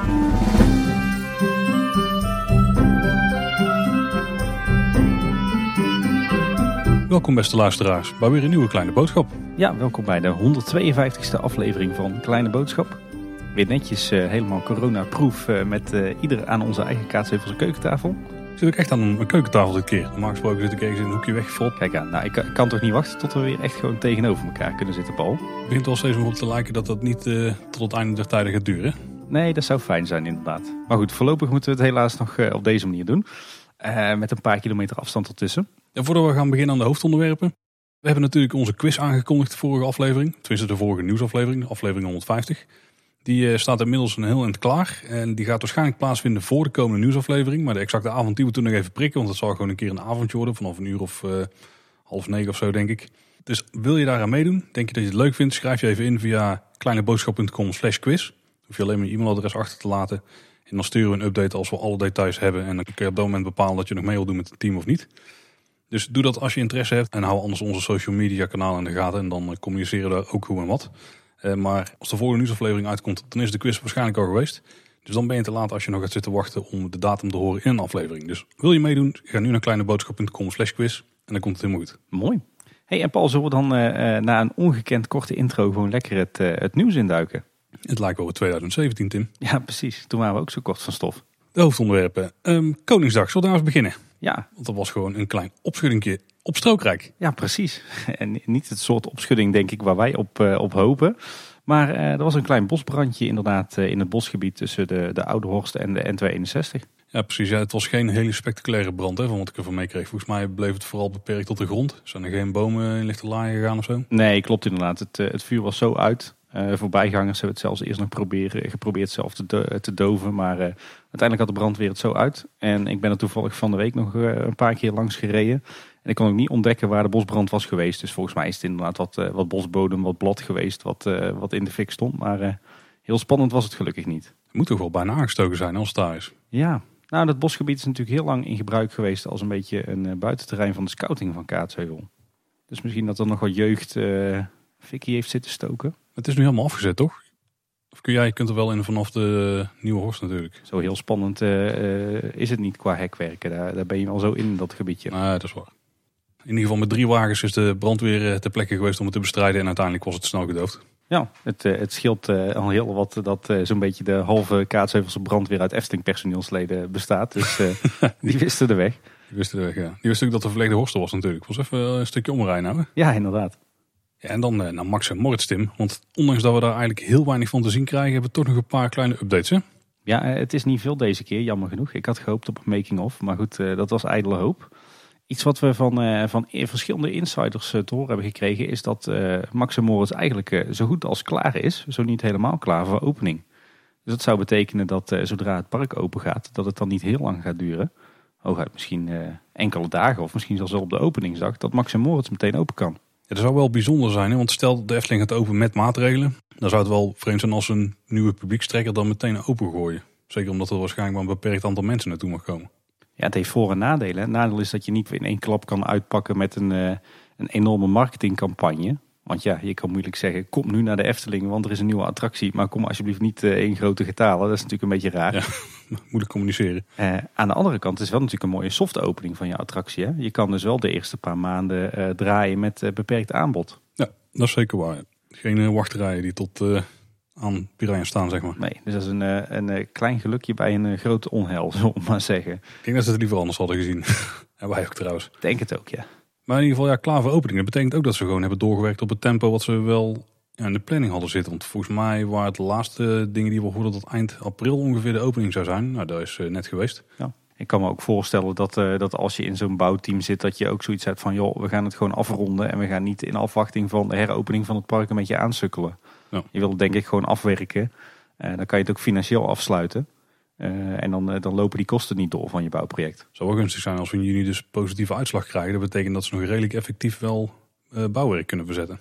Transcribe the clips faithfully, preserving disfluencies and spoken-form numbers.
Welkom beste luisteraars bij weer een nieuwe Kleine Boodschap. Ja, welkom bij de honderdtweeënvijftigste aflevering van Kleine Boodschap. Weer netjes uh, helemaal corona-proof uh, met uh, ieder aan onze eigen kaatshevelse keukentafel. Ik zit ook echt aan een keukentafel dit keer. Normaal gesproken zit ik ergens in een hoekje weggefrot. Kijk aan, nou, ik, ik kan toch niet wachten tot we weer echt gewoon tegenover elkaar kunnen zitten, Paul. Het begint wel steeds meer op te lijken dat dat niet uh, tot het einde der tijden gaat duren. Nee, dat zou fijn zijn inderdaad. Maar goed, voorlopig moeten we het helaas nog uh, op deze manier doen. Uh, met een paar kilometer afstand ertussen. En voordat we gaan beginnen aan de hoofdonderwerpen. We hebben natuurlijk onze quiz aangekondigd de vorige aflevering. Tenminste de vorige nieuwsaflevering, aflevering honderdvijftig. Die uh, staat inmiddels een heel eind klaar. En die gaat waarschijnlijk plaatsvinden voor de komende nieuwsaflevering. Maar de exacte avond die we toen nog even prikken. Want het zal gewoon een keer een avondje worden. Vanaf een uur of uh, half negen of zo denk ik. Dus wil je daaraan meedoen? Denk je dat je het leuk vindt? Schrijf je even in via kleineboodschap punt com slash quiz. Hoef je alleen maar je e-mailadres achter te laten. En dan sturen we een update als we alle details hebben. En dan kun je op dat moment bepalen dat je nog mee wil doen met het team of niet. Dus doe dat als je interesse hebt. En hou anders onze social media kanalen in de gaten. En dan communiceren we daar ook hoe en wat. Uh, maar als de volgende nieuwsaflevering uitkomt, dan is de quiz waarschijnlijk al geweest. Dus dan ben je te laat als je nog gaat zitten wachten om de datum te horen in een aflevering. Dus wil je meedoen, ga nu naar kleineboodschap punt com slash quiz. En dan komt het helemaal goed. Mooi. Hey, en Paul, zullen we dan uh, na een ongekend korte intro gewoon lekker het, uh, het nieuws induiken? Het lijkt wel weer twintig zeventien, Tim. Ja, precies. Toen waren we ook zo kort van stof. De hoofdonderwerpen. Um, Koningsdag, zullen we daar eens beginnen? Ja. Want dat was gewoon een klein opschuddingje op Strookrijk. Ja, precies. En niet het soort opschudding, denk ik, waar wij op, uh, op hopen. Maar uh, er was een klein bosbrandje inderdaad uh, in het bosgebied tussen de, de Oude Horst en de N tweehonderdeenenzestig. Ja, precies. Ja, het was geen hele spectaculaire brand, hè, van wat ik ervan meekreeg. Volgens mij bleef het vooral beperkt tot de grond. Zijn er geen bomen in lichte laaien gegaan of zo? Nee, klopt inderdaad. Het, uh, het vuur was zo uit. Uh, voorbijgangers hebben het zelfs eerst nog proberen, geprobeerd zelf te, do- te doven. Maar uh, uiteindelijk had de brandweer het zo uit. En ik ben er toevallig van de week nog uh, een paar keer langs gereden. En ik kon ook niet ontdekken waar de bosbrand was geweest. Dus volgens mij is het inderdaad wat, uh, wat bosbodem, wat blad geweest, wat, uh, wat in de fik stond. Maar uh, heel spannend was het gelukkig niet. Het moet toch wel bijna aangestoken zijn als het daar is? Ja, nou dat bosgebied is natuurlijk heel lang in gebruik geweest als een beetje een uh, buitenterrein van de scouting van Kaatsheuvel. Dus misschien dat er nog wat jeugd uh, fikkie heeft zitten stoken. Het is nu helemaal afgezet, toch? Of kun jij je kunt er wel in vanaf de Nieuwe Horst natuurlijk. Zo heel spannend uh, uh, is het niet qua hekwerken. Daar, daar ben je wel zo in, dat gebiedje. Nee, dat is waar. In ieder geval met drie wagens is de brandweer ter plekke geweest om het te bestrijden. En uiteindelijk was het snel gedoofd. Ja, het, uh, het scheelt uh, al heel wat dat uh, zo'n beetje de halve Kaatsheuvelsse brandweer uit Efteling personeelsleden bestaat. Dus uh, die wisten de weg. Die wisten de weg, ja. Die wisten ook dat er verlegde Horsten was natuurlijk. Het was even een stukje omrijden houden. Ja, inderdaad. Ja, en dan uh, naar Max en Moritz, Tim. Want ondanks dat we daar eigenlijk heel weinig van te zien krijgen, hebben we toch nog een paar kleine updates, hè? Ja, uh, het is niet veel deze keer, jammer genoeg. Ik had gehoopt op een making-of, maar goed, uh, dat was ijdele hoop. Iets wat we van, uh, van verschillende insiders uh, te horen hebben gekregen is dat uh, Max en Moritz eigenlijk uh, zo goed als klaar is. Zo niet helemaal klaar voor opening. Dus dat zou betekenen dat uh, zodra het park open gaat, dat het dan niet heel lang gaat duren. Hooguit misschien uh, enkele dagen of misschien zelfs wel op de openingsdag, dat Max en Moritz meteen open kan. Ja, dat zou wel bijzonder zijn, hè? Want stel de Efteling gaat open met maatregelen. Dan zou het wel vreemd zijn als een nieuwe publiekstrekker dan meteen open gooien. Zeker omdat er waarschijnlijk maar een beperkt aantal mensen naartoe mag komen. Ja, het heeft voor- en nadelen. Het nadeel is dat je niet in één klap kan uitpakken met een, uh, een enorme marketingcampagne. Want ja, je kan moeilijk zeggen, kom nu naar de Efteling, want er is een nieuwe attractie. Maar kom alsjeblieft niet uh, in grote getalen. Dat is natuurlijk een beetje raar. Ja, moeilijk communiceren. Uh, aan de andere kant is het wel natuurlijk een mooie soft opening van je attractie. Hè? Je kan dus wel de eerste paar maanden uh, draaien met uh, beperkt aanbod. Ja, dat is zeker waar. Geen uh, wachtrijen die tot uh, aan Piranha staan, zeg maar. Nee, dus dat is een, uh, een uh, klein gelukje bij een uh, groot onheil, zullen we maar zeggen. Ik denk dat ze het liever anders hadden gezien. En wij ook trouwens. Ik denk het ook, ja. Maar in ieder geval, ja, klaar voor opening. Dat betekent ook dat ze gewoon hebben doorgewerkt op het tempo wat ze wel ja, in de planning hadden zitten. Want volgens mij waren het de laatste dingen die we hoorden dat eind april ongeveer de opening zou zijn. Nou, dat is uh, net geweest. Ja. Ik kan me ook voorstellen dat, uh, dat als je in zo'n bouwteam zit, dat je ook zoiets hebt van, joh, we gaan het gewoon afronden. En we gaan niet in afwachting van de heropening van het park een beetje aansukkelen. Ja. Je wil het denk ik gewoon afwerken. Uh, dan kan je het ook financieel afsluiten. Uh, en dan, uh, dan lopen die kosten niet door van je bouwproject. Het zou wel gunstig zijn als we in juni dus positieve uitslag krijgen. Dat betekent dat ze nog redelijk effectief wel uh, bouwwerk kunnen verzetten.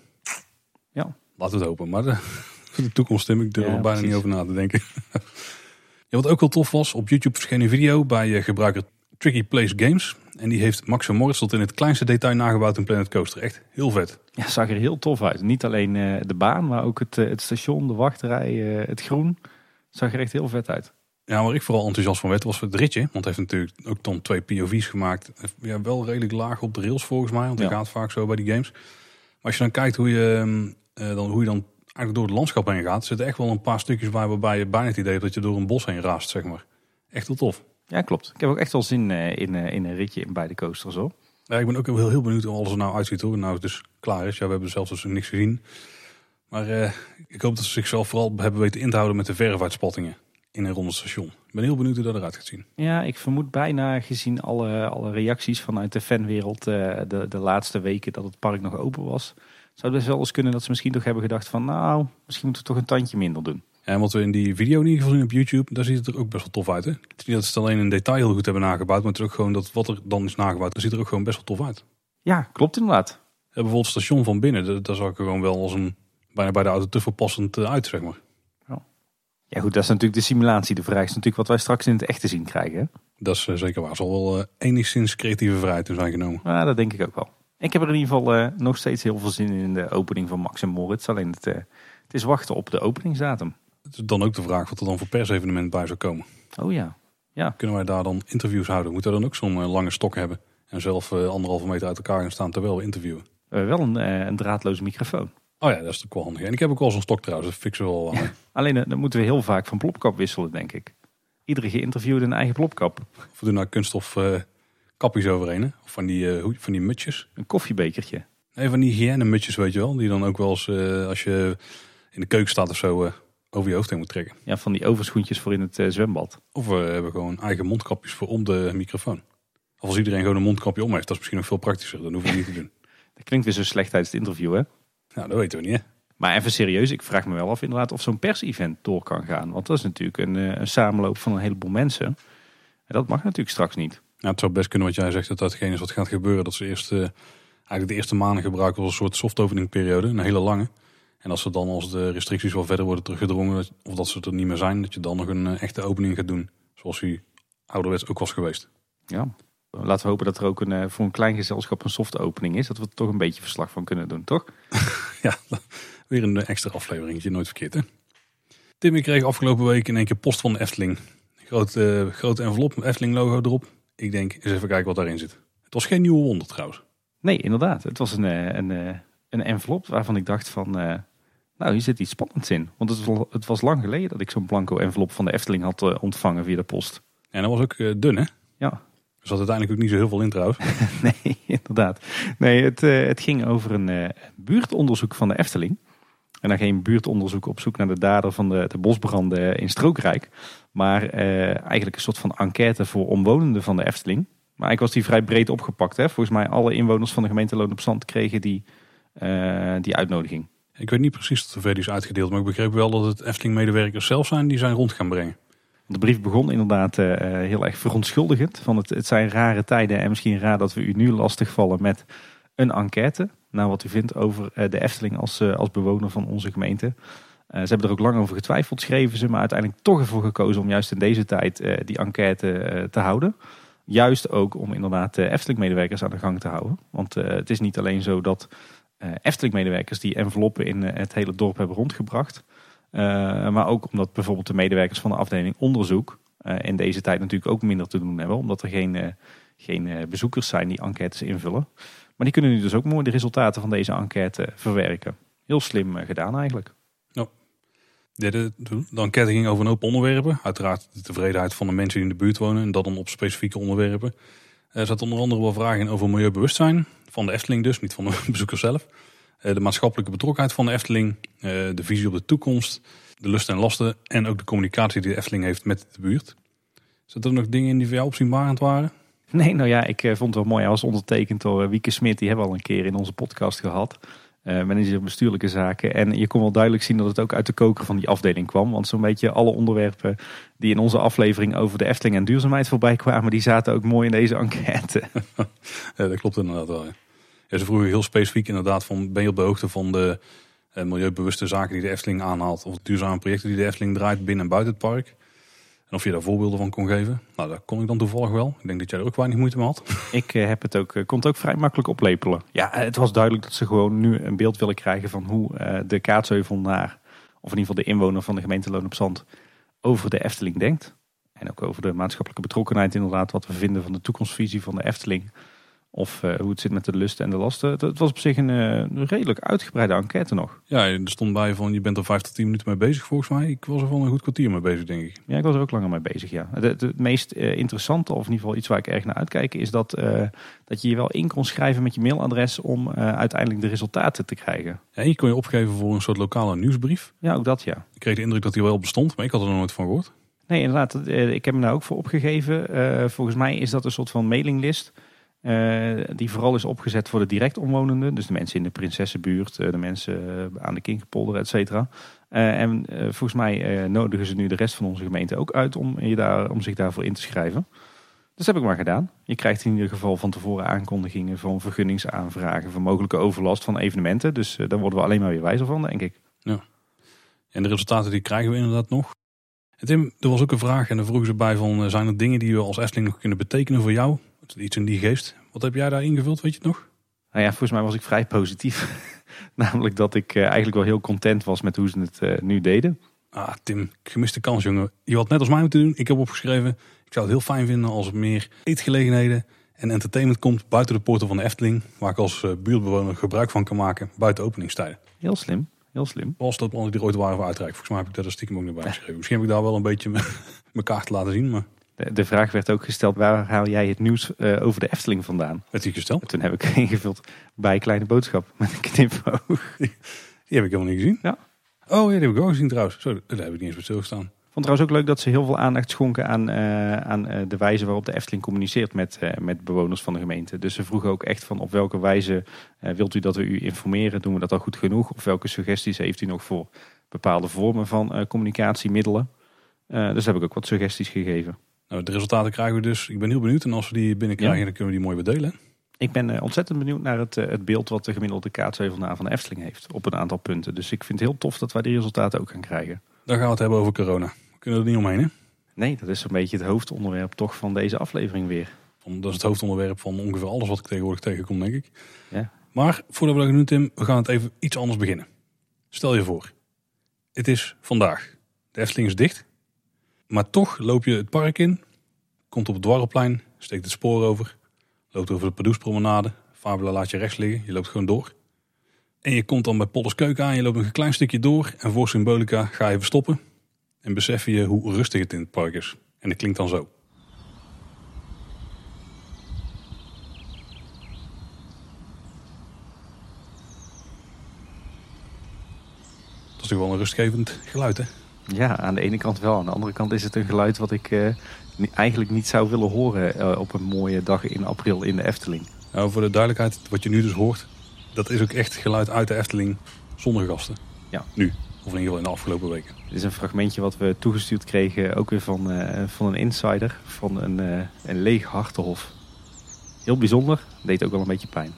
Ja. Laten we het hopen. Maar de, voor de toekomst, Tim, ik durf ja, er bijna precies. niet over na te denken. Ja, wat ook wel tof was, op YouTube verscheen een video bij uh, gebruiker Tricky Place Games. En die heeft Max en Moritz tot in het kleinste detail nagebouwd in Planet Coaster. Echt heel vet. Ja, zag er heel tof uit. Niet alleen uh, de baan, maar ook het, uh, het station, de wachtrij, uh, het groen. Zag er echt heel vet uit. Ja, waar ik vooral enthousiast van werd was het ritje. Want hij heeft natuurlijk ook dan twee P O V's gemaakt. Ja, wel redelijk laag op de rails volgens mij. Want dat Ja. gaat vaak zo bij die games. Maar als je dan kijkt hoe je, uh, dan, hoe je dan eigenlijk door het landschap heen gaat. Er zitten echt wel een paar stukjes bij waarbij je bijna het idee hebt dat je door een bos heen raast, zeg maar. Echt wel tof. Ja, klopt. Ik heb ook echt wel zin uh, in, uh, in een ritje in beide coasters hoor. Ja, ik ben ook heel, heel benieuwd hoe alles er nou uitziet hoor. Nou het dus klaar is. Ja, we hebben zelfs dus niks gezien. Maar uh, ik hoop dat ze zichzelf vooral hebben weten in te houden met de verf-uitspattingen in een ronde station. Ik ben heel benieuwd hoe dat eruit gaat zien. Ja, ik vermoed bijna gezien alle, alle reacties vanuit de fanwereld uh, de, de laatste weken dat het park nog open was. Zou het best wel eens kunnen dat ze misschien toch hebben gedacht van nou, misschien moeten we toch een tandje minder doen. Ja, en wat we in die video in ieder geval zien op YouTube, daar ziet het er ook best wel tof uit. Hè? Het is niet dat ze het alleen in detail heel goed hebben nagebouwd, maar het is ook gewoon dat wat er dan is nagebouwd, dat ziet er ook gewoon best wel tof uit. Ja, klopt inderdaad. Ja, bijvoorbeeld het station van binnen, daar, daar zag ik er gewoon wel als een bijna bij de auto te verpassend uit, zeg maar. Ja goed, dat is natuurlijk de simulatie. De vraag is natuurlijk wat wij straks in het echt te zien krijgen. Hè? Dat is uh, zeker waar. Er zal wel uh, enigszins creatieve vrijheid in zijn genomen. Ja, dat denk ik ook wel. Ik heb er in ieder geval uh, nog steeds heel veel zin in de opening van Max en Moritz. Alleen het, uh, het is wachten op de openingsdatum. Het is dan ook de vraag wat er dan voor persevenement bij zou komen. Oh ja. ja. Kunnen wij daar dan interviews houden? Moeten we dan ook zo'n uh, lange stok hebben? En zelf uh, anderhalve meter uit elkaar gaan staan terwijl we interviewen? We hebben wel een, uh, een draadloze microfoon. Oh ja, dat is ook wel handig. En ik heb ook wel zo'n stok trouwens, dat fixen we wel. Ja. Alleen uh, dan moeten we heel vaak van plopkap wisselen, denk ik. Iedere geïnterviewde een eigen plopkap. Of we doen nou kunststof uh, kapjes overheen. Hè? Of van die, uh, van die mutjes. Een koffiebekertje. Nee, van die hygiëne mutjes, weet je wel. Die dan ook wel eens, uh, als je in de keuken staat of zo, uh, over je hoofd heen moet trekken. Ja, van die overschoentjes voor in het uh, zwembad. Of we hebben gewoon eigen mondkapjes voor om de microfoon. Of als iedereen gewoon een mondkapje om heeft, dat is misschien nog veel praktischer. Dan hoeven we niet te doen. Dat klinkt weer zo slecht tijdens het interview, hè? Nou, dat weten we niet, hè? Maar even serieus, ik vraag me wel af inderdaad of zo'n pers-event door kan gaan. Want dat is natuurlijk een, een samenloop van een heleboel mensen. En dat mag natuurlijk straks niet. Ja, het zou best kunnen wat jij zegt, dat dat hetgeen is wat gaat gebeuren. Dat ze eerst, uh, eigenlijk de eerste maanden gebruiken als een soort softopeningperiode. Een hele lange. En als ze dan, als de restricties wel verder worden teruggedrongen, of dat ze er niet meer zijn, dat je dan nog een uh, echte opening gaat doen. Zoals die ouderwets ook was geweest. Ja, laten we hopen dat er ook een, voor een klein gezelschap een soft opening is. Dat we er toch een beetje verslag van kunnen doen, toch? Ja, weer een extra afleveringetje, nooit verkeerd hè. Tim, ik kreeg afgelopen week in één keer post van de Efteling. Groot, uh, grote envelop, Efteling logo erop. Ik denk, eens even kijken wat daarin zit. Het was geen nieuwe wonder trouwens. Nee, inderdaad. Het was een, een, een envelop waarvan ik dacht van, uh, nou hier zit iets spannends in. Want het was, het was lang geleden dat ik zo'n blanco envelop van de Efteling had uh, ontvangen via de post. En dat was ook uh, dun hè? Ja. Er zat uiteindelijk ook niet zo heel veel in trouwens. Nee, inderdaad. Nee, het, uh, het ging over een uh, buurtonderzoek van de Efteling. En dan geen buurtonderzoek op zoek naar de dader van de, de bosbranden in Strookrijk. Maar uh, eigenlijk een soort van enquête voor omwonenden van de Efteling. Maar eigenlijk was die vrij breed opgepakt. Hè? Volgens mij alle inwoners van de gemeente Loon op Zand kregen die, uh, die uitnodiging. Ik weet niet precies tot hoever die is uitgedeeld. Maar ik begreep wel dat het Efteling medewerkers zelf zijn die zijn rond gaan brengen. De brief begon inderdaad uh, heel erg verontschuldigend. Van het, het zijn rare tijden en misschien raar dat we u nu lastigvallen met een enquête. Nou, wat u vindt over uh, de Efteling als, uh, als bewoner van onze gemeente. Uh, ze hebben er ook lang over getwijfeld, schreven ze. Maar uiteindelijk toch ervoor gekozen om juist in deze tijd uh, die enquête uh, te houden. Juist ook om inderdaad uh, Efteling-medewerkers aan de gang te houden. Want uh, het is niet alleen zo dat uh, Efteling-medewerkers die enveloppen in uh, het hele dorp hebben rondgebracht. Uh, maar ook omdat bijvoorbeeld de medewerkers van de afdeling onderzoek uh, in deze tijd natuurlijk ook minder te doen hebben. Omdat er geen, uh, geen uh, bezoekers zijn die enquêtes invullen. Maar die kunnen nu dus ook mooi de resultaten van deze enquête verwerken. Heel slim uh, gedaan eigenlijk. Ja. De, de, de enquête ging over een hoop onderwerpen. Uiteraard de tevredenheid van de mensen die in de buurt wonen. En dat dan op specifieke onderwerpen. Er zaten onder andere wel vragen in over milieubewustzijn. Van de Efteling dus, niet van de bezoekers zelf. De maatschappelijke betrokkenheid van de Efteling. De visie op de toekomst. De lusten en lasten. En ook de communicatie die de Efteling heeft met de buurt. Zaten er nog dingen in die voor jou opzienbarend waren? Nee, nou ja, ik vond het wel mooi. Hij was ondertekend door Wieke Smit. Die hebben we al een keer in onze podcast gehad. Uh, manager bestuurlijke zaken. En je kon wel duidelijk zien dat het ook uit de koker van die afdeling kwam. Want zo'n beetje alle onderwerpen die in onze aflevering over de Efteling en duurzaamheid voorbij kwamen, die zaten ook mooi in deze enquête. Ja, dat klopt inderdaad wel. Ja. Ja, ze vroegen heel specifiek inderdaad van, ben je op de hoogte van de uh, milieubewuste zaken die de Efteling aanhaalt. Of duurzame projecten die de Efteling draait binnen en buiten het park. En of je daar voorbeelden van kon geven. Nou, dat kon ik dan toevallig wel. Ik denk dat jij er ook weinig moeite mee had. Ik uh, heb het ook, uh, kon het ook vrij makkelijk oplepelen. Ja, het was duidelijk dat ze gewoon nu een beeld willen krijgen van hoe uh, de kaatsheuvel naar, of in ieder geval de inwoner van de gemeente Loon op Zand, over de Efteling denkt. En ook over de maatschappelijke betrokkenheid inderdaad. Wat we vinden van de toekomstvisie van de Efteling. Of uh, hoe het zit met de lusten en de lasten. Het was op zich een, uh, een redelijk uitgebreide enquête nog. Ja, er stond bij van je bent er vijf tot tien minuten mee bezig volgens mij. Ik was er wel een goed kwartier mee bezig, denk ik. Ja, ik was er ook langer mee bezig, ja. Het, het meest uh, interessante, of in ieder geval iets waar ik erg naar uitkijk, is dat, uh, dat je je wel in kon schrijven met je mailadres om uh, uiteindelijk de resultaten te krijgen. Ja, je kon je opgeven voor een soort lokale nieuwsbrief. Ja, ook dat, ja. Ik kreeg de indruk dat die wel bestond, maar ik had er nog nooit van gehoord. Nee, inderdaad. Ik heb me daar ook voor opgegeven. Uh, volgens mij is dat een soort van mailinglist. Uh, die vooral is opgezet voor de direct omwonenden. Dus de mensen in de Prinsessenbuurt, de mensen aan de Kinkerpolder, et cetera. Uh, en uh, volgens mij uh, nodigen ze nu de rest van onze gemeente ook uit om, je daar, om zich daarvoor in te schrijven. Dus dat heb ik maar gedaan. Je krijgt in ieder geval van tevoren aankondigingen van vergunningsaanvragen, van mogelijke overlast van evenementen. Dus uh, daar worden we alleen maar weer wijzer van, denk ik. Ja. En de resultaten die krijgen we inderdaad nog. En Tim, er was ook een vraag en daar vroegen ze bij van, zijn er dingen die we als Efteling nog kunnen betekenen voor jou? Iets in die geest. Wat heb jij daar ingevuld, weet je het nog? Nou ja, volgens mij was ik vrij positief. Namelijk dat ik uh, eigenlijk wel heel content was met hoe ze het uh, nu deden. Ah, Tim, gemiste kans, jongen. Je had net als mij moeten doen. Ik heb opgeschreven, ik zou het heel fijn vinden als er meer eetgelegenheden en entertainment komt buiten de poorten van de Efteling. Waar ik als uh, buurtbewoner gebruik van kan maken buiten openingstijden. Heel slim, heel slim. Was dat plannen die er ooit waren voor uitreiken. Volgens mij heb ik daar stiekem ook nog bij geschreven. Misschien heb ik daar wel een beetje mijn kaart laten zien, maar... De, de vraag werd ook gesteld, waar haal jij het nieuws uh, over de Efteling vandaan? Werd die gesteld? En toen heb ik ingevuld bij Kleine Boodschap met een knipoog. Die heb ik helemaal niet gezien. Ja. Oh ja, die heb ik ook gezien trouwens. Zo, daar heb ik niet eens bij stilgestaan. Ik vond trouwens ook leuk dat ze heel veel aandacht schonken aan, uh, aan uh, de wijze waarop de Efteling communiceert met, uh, met bewoners van de gemeente. Dus ze vroegen ook echt van op welke wijze uh, wilt u dat we u informeren? Doen we dat al goed genoeg? Of welke suggesties heeft u nog voor bepaalde vormen van uh, communicatiemiddelen? Uh, dus heb ik ook wat suggesties gegeven. Nou, de resultaten krijgen we dus. Ik ben heel benieuwd. En als we die binnenkrijgen, ja, dan kunnen we die mooi bedelen. Ik ben uh, ontzettend benieuwd naar het, uh, het beeld wat de gemiddelde K twee van de van de Efteling heeft. Op een aantal punten. Dus ik vind het heel tof dat wij die resultaten ook gaan krijgen. Dan gaan we het hebben over corona. We kunnen er niet omheen, hè? Nee, dat is zo'n beetje het hoofdonderwerp toch van deze aflevering weer. Dat is het hoofdonderwerp van ongeveer alles wat ik tegenwoordig tegenkom, denk ik. Ja. Maar voordat we dat gaan doen, Tim, we gaan het even iets anders beginnen. Stel je voor, het is vandaag. De Efteling is dicht. Maar toch loop je het park in, komt op het Dwarrelplein, steekt het spoor over, loopt over de Pardoespromenade, Fabula laat je rechts liggen, je loopt gewoon door. En je komt dan bij Polders Keuken aan, je loopt nog een klein stukje door en voor symbolica ga je even stoppen. En besef je hoe rustig het in het park is. En dat klinkt dan zo. Dat is toch wel een rustgevend geluid, hè? Ja, aan de ene kant wel. Aan de andere kant is het een geluid wat ik uh, eigenlijk niet zou willen horen uh, op een mooie dag in april in de Efteling. Nou, voor de duidelijkheid, wat je nu dus hoort, dat is ook echt geluid uit de Efteling zonder gasten. Ja. Nu, of in ieder geval in de afgelopen weken. Dit is een fragmentje wat we toegestuurd kregen, ook weer van, uh, van een insider, van een, uh, een leeg Hartenhof. Heel bijzonder, deed ook wel een beetje pijn.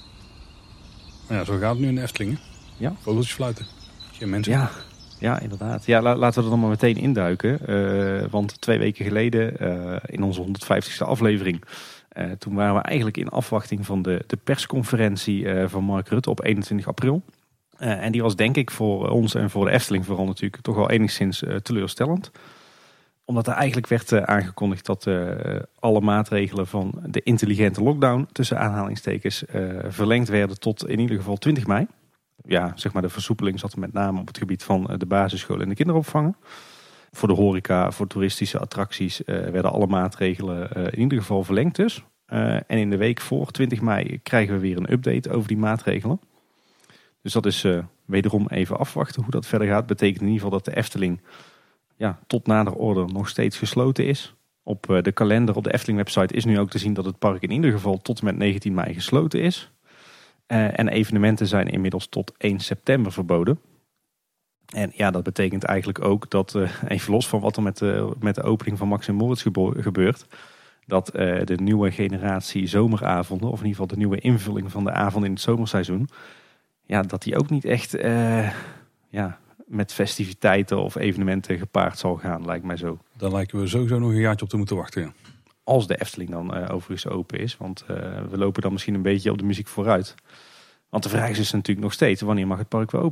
Nou ja, zo gaat het nu in de Efteling, hè? Ja. Vogeltjes fluiten, geen mensen. Ja. Ja, inderdaad. Ja, la- laten we er dan maar meteen induiken. Uh, want twee weken geleden, uh, in onze honderdvijftigste aflevering, uh, toen waren we eigenlijk in afwachting van de, de persconferentie uh, van Mark Rutte op eenentwintig april. Uh, en die was denk ik voor ons en voor de Efteling vooral natuurlijk toch wel enigszins uh, teleurstellend. Omdat er eigenlijk werd uh, aangekondigd dat uh, alle maatregelen van de intelligente lockdown, tussen aanhalingstekens, uh, verlengd werden tot in ieder geval twintig mei. Ja, zeg maar de versoepeling zat er met name op het gebied van de basisscholen en de kinderopvangen. Voor de horeca, voor toeristische attracties uh, werden alle maatregelen uh, in ieder geval verlengd dus. Uh, en in de week voor twintig mei krijgen we weer een update over die maatregelen. Dus dat is uh, wederom even afwachten hoe dat verder gaat. Betekent in ieder geval dat de Efteling ja, tot nader orde nog steeds gesloten is. Op uh, de kalender op de Efteling website is nu ook te zien dat het park in ieder geval tot en met negentien mei gesloten is. Uh, en evenementen zijn inmiddels tot één september verboden. En ja, dat betekent eigenlijk ook dat, uh, even los van wat er met de, met de opening van Max en Moritz gebo- gebeurt, dat uh, de nieuwe generatie zomeravonden, of in ieder geval de nieuwe invulling van de avond in het zomerseizoen, ja, dat die ook niet echt uh, ja, met festiviteiten of evenementen gepaard zal gaan, lijkt mij zo. Daar lijken we sowieso nog een jaartje op te moeten wachten, ja. Als de Efteling dan uh, overigens open is. Want uh, we lopen dan misschien een beetje op de muziek vooruit. Want de vraag is dus natuurlijk nog steeds, wanneer mag het park weer open?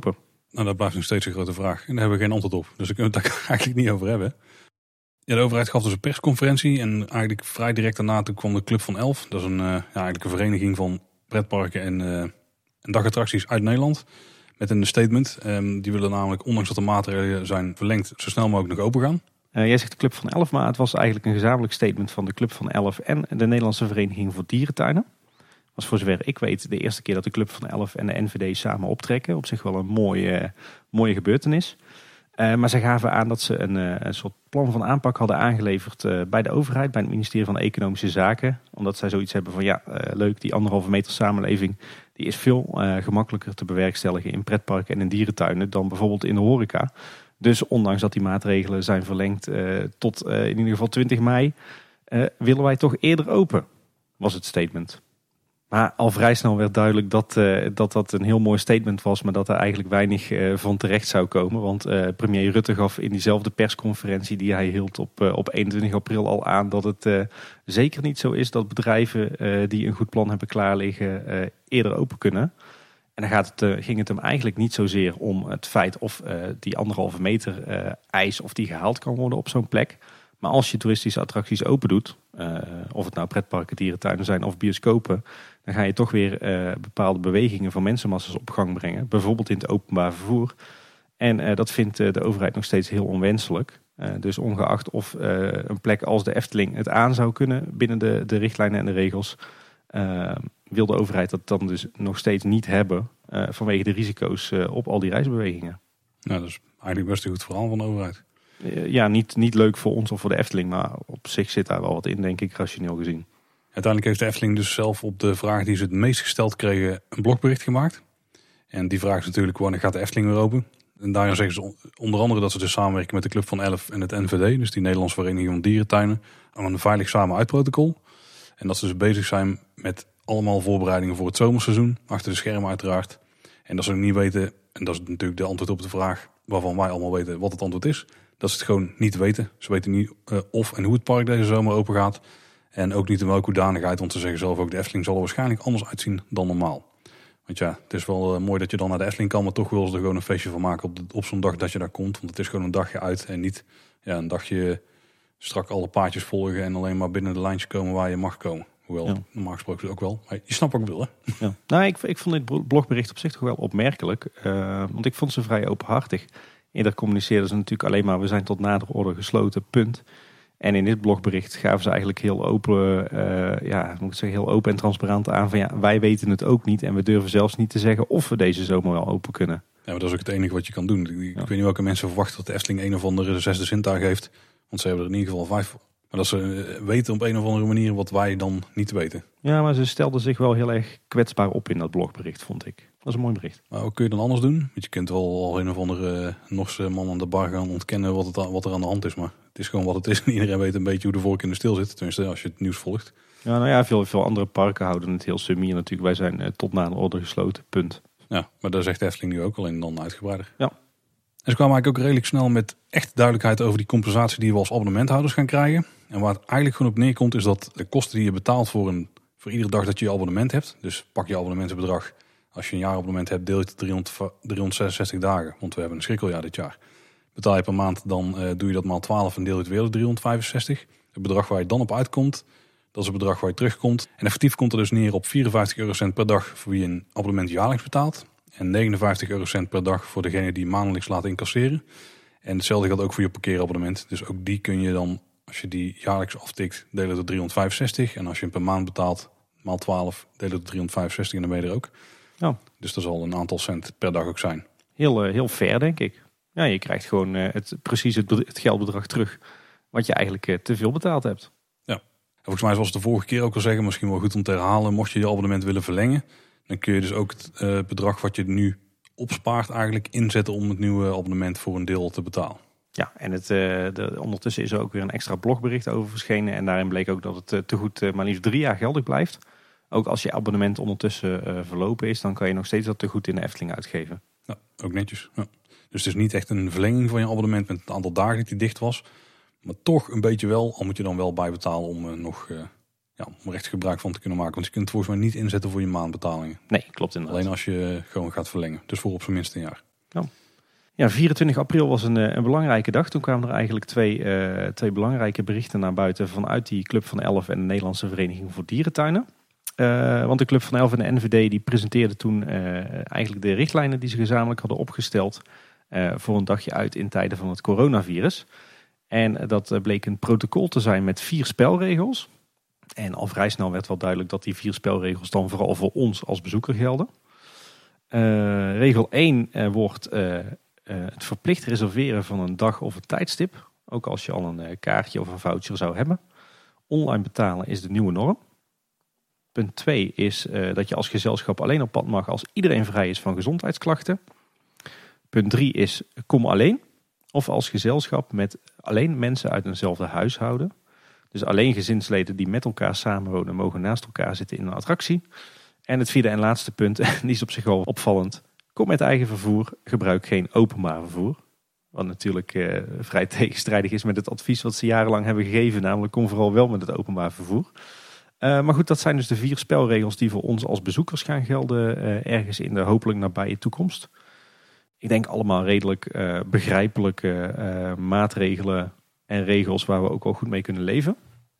Nou, dat blijft nog steeds een grote vraag. En daar hebben we geen antwoord op. Dus daar kunnen we het daar eigenlijk niet over hebben. Ja, de overheid gaf dus een persconferentie. En eigenlijk vrij direct daarna toen kwam de Club van Elf. Dat is een, uh, ja, eigenlijk een vereniging van pretparken en, uh, en dagattracties uit Nederland. Met een statement. Um, die willen namelijk, ondanks dat de maatregelen zijn verlengd, zo snel mogelijk nog open gaan. Uh, jij zegt de Club van Elf, maar het was eigenlijk een gezamenlijk statement van de Club van Elf en de Nederlandse Vereniging voor Dierentuinen. Dat was voor zover ik weet de eerste keer dat de Club van Elf en de N V D samen optrekken. Op zich wel een mooie, uh, mooie gebeurtenis. Uh, maar ze gaven aan dat ze een, uh, een soort plan van aanpak hadden aangeleverd uh, bij de overheid, bij het ministerie van Economische Zaken. Omdat zij zoiets hebben van ja, uh, leuk, die anderhalve meter samenleving, die is veel uh, gemakkelijker te bewerkstelligen in pretparken en in dierentuinen dan bijvoorbeeld in de horeca. Dus ondanks dat die maatregelen zijn verlengd uh, tot uh, in ieder geval twintig mei, uh, willen wij toch eerder open, was het statement. Maar al vrij snel werd duidelijk dat, uh, dat dat een heel mooi statement was, maar dat er eigenlijk weinig uh, van terecht zou komen. Want uh, premier Rutte gaf in diezelfde persconferentie die hij hield op, uh, op eenentwintig april al aan dat het uh, zeker niet zo is dat bedrijven uh, die een goed plan hebben klaar liggen uh, eerder open kunnen. En dan gaat het, uh, ging het hem eigenlijk niet zozeer om het feit of uh, die anderhalve meter uh, ijs of die gehaald kan worden op zo'n plek. Maar als je toeristische attracties open doet, uh, of het nou pretparken, dierentuinen zijn of bioscopen, dan ga je toch weer uh, bepaalde bewegingen van mensenmassa's op gang brengen. Bijvoorbeeld in het openbaar vervoer. En uh, dat vindt uh, de overheid nog steeds heel onwenselijk. Uh, dus ongeacht of uh, een plek als de Efteling het aan zou kunnen binnen de, de richtlijnen en de regels, uh, wil de overheid dat dan dus nog steeds niet hebben uh, vanwege de risico's uh, op al die reisbewegingen. Nou, dat is eigenlijk best een goed verhaal van de overheid. Ja, niet, niet leuk voor ons of voor de Efteling, maar op zich zit daar wel wat in, denk ik, rationeel gezien. Uiteindelijk heeft de Efteling dus zelf op de vraag die ze het meest gesteld kregen een blogbericht gemaakt. En die vraag is natuurlijk, wanneer gaat de Efteling weer open? En daarin zeggen ze onder andere dat ze dus samenwerken met de Club van Elf en het N V D, dus die Nederlandse Vereniging van Dierentuinen, aan een veilig samen uitprotocol. En dat ze dus bezig zijn met allemaal voorbereidingen voor het zomerseizoen, achter de schermen uiteraard. En dat ze ook niet weten, en dat is natuurlijk de antwoord op de vraag waarvan wij allemaal weten wat het antwoord is, dat ze het gewoon niet weten. Ze weten niet uh, of en hoe het park deze zomer open gaat. En ook niet in welke hoedanigheid, want ze zeggen zelf ook, de Efteling zal er waarschijnlijk anders uitzien dan normaal. Want ja, het is wel uh, mooi dat je dan naar de Efteling kan, maar toch willen ze er gewoon een feestje van maken op, de, op zo'n dag dat je daar komt. Want het is gewoon een dagje uit en niet ja, een dagje strak alle paadjes volgen en alleen maar binnen de lijntjes komen waar je mag komen. Hoewel, ja. Normaal gesproken ook wel. Maar je snapt wat ik bedoel, hè? Ja. Nou, ik, ik vond dit blogbericht op zich toch wel opmerkelijk. Uh, want ik vond ze vrij openhartig. Eerder communiceerden ze natuurlijk alleen maar, we zijn tot nader orde gesloten, punt. En in dit blogbericht gaven ze eigenlijk heel open, uh, ja, moet ik zeggen, heel open en transparant aan van ja, wij weten het ook niet en we durven zelfs niet te zeggen of we deze zomer wel open kunnen. Ja, maar dat is ook het enige wat je kan doen. Ik, ja. ik weet niet welke mensen verwachten dat de Efteling een of andere zesde zintuig heeft, want ze hebben er in ieder geval vijf voor. Maar dat ze weten op een of andere manier wat wij dan niet weten. Ja, maar ze stelden zich wel heel erg kwetsbaar op in dat blogbericht, vond ik. Dat is een mooi bericht. Maar wat kun je dan anders doen? Want je kunt wel al een of andere uh, Norse man aan de bar gaan ontkennen wat, het, wat er aan de hand is. Maar het is gewoon wat het is. En iedereen weet een beetje hoe de vork in de steel zit. Tenminste, als je het nieuws volgt. Ja, nou ja, veel, veel andere parken houden het heel summier natuurlijk. Wij zijn uh, tot na de orde gesloten, punt. Ja, maar daar zegt de Efteling nu ook, alleen dan uitgebreider. Ja. En ze kwamen eigenlijk ook redelijk snel met echt duidelijkheid over die compensatie die we als abonnementhouders gaan krijgen. En waar het eigenlijk gewoon op neerkomt is dat de kosten die je betaalt voor, een, voor iedere dag dat je je abonnement hebt. Dus pak je abonnementsbedrag. Als je een jaarabonnement hebt, deel je het driehonderdzesenzestig dagen. Want we hebben een schrikkeljaar dit jaar. Betaal je per maand, dan uh, doe je dat maal twaalf en deel je het weer de driehonderdvijfenzestig. Het bedrag waar je dan op uitkomt, dat is het bedrag waar je terugkomt. En effectief komt er dus neer op vierenvijftig eurocent per dag voor wie een abonnement jaarlijks betaalt. En negenenvijftig eurocent per dag voor degene die maandelijks laat incasseren. En hetzelfde geldt ook voor je parkeerabonnement. Dus ook die kun je dan, als je die jaarlijks aftikt, delen door driehonderdvijfenzestig. En als je hem per maand betaalt, maal twaalf, delen door driehonderdvijfenzestig en dan ben je er ook. Ja. Dus dat zal een aantal cent per dag ook zijn. Heel, uh, heel fair, denk ik. Ja, je krijgt gewoon uh, het, precies het, het geldbedrag terug wat je eigenlijk uh, te veel betaald hebt. Ja. En volgens mij, zoals de vorige keer ook al zeggen, misschien wel goed om te herhalen, mocht je je abonnement willen verlengen, dan kun je dus ook het uh, bedrag wat je nu opspaart eigenlijk inzetten om het nieuwe abonnement voor een deel te betalen. Ja, en het, uh, de, ondertussen is er ook weer een extra blogbericht over verschenen. En daarin bleek ook dat het uh, te goed uh, maar liefst drie jaar geldig blijft. Ook als je abonnement ondertussen uh, verlopen is, dan kan je nog steeds dat te goed in de Efteling uitgeven. Ja, ook netjes. Ja. Dus het is niet echt een verlenging van je abonnement met het aantal dagen dat die dicht was. Maar toch een beetje wel, al moet je dan wel bijbetalen om uh, nog uh, ja, om recht gebruik van te kunnen maken. Want je kunt het volgens mij niet inzetten voor je maandbetalingen. Nee, klopt inderdaad. Alleen als je uh, gewoon gaat verlengen. Dus voor op zijn minst een jaar. Ja. Ja, vierentwintig april was een, een belangrijke dag. Toen kwamen er eigenlijk twee, uh, twee belangrijke berichten naar buiten vanuit die Club van Elf en de Nederlandse Vereniging voor Dierentuinen. Uh, want de Club van Elf en de N V D die presenteerden toen uh, eigenlijk de richtlijnen die ze gezamenlijk hadden opgesteld uh, voor een dagje uit in tijden van het coronavirus. En uh, dat uh, bleek een protocol te zijn met vier spelregels. En al vrij snel werd wel duidelijk dat die vier spelregels dan vooral voor ons als bezoeker gelden. Uh, regel één uh, wordt uh, uh, het verplicht reserveren van een dag of een tijdstip. Ook als je al een uh, kaartje of een voucher zou hebben. Online betalen is de nieuwe norm. Punt twee is uh, dat je als gezelschap alleen op pad mag als iedereen vrij is van gezondheidsklachten. Punt drie is kom alleen. Of als gezelschap met alleen mensen uit eenzelfde huishouden. Dus alleen gezinsleden die met elkaar samenwonen mogen naast elkaar zitten in een attractie. En het vierde en laatste punt, die is op zich wel opvallend. Kom met eigen vervoer, gebruik geen openbaar vervoer. Wat natuurlijk uh, vrij tegenstrijdig is met het advies wat ze jarenlang hebben gegeven. Namelijk kom vooral wel met het openbaar vervoer. Uh, maar goed, dat zijn dus de vier spelregels die voor ons als bezoekers gaan gelden. Uh, ergens in de hopelijk nabije toekomst. Ik denk allemaal redelijk uh, begrijpelijke uh, maatregelen en regels waar we ook wel goed mee kunnen leven.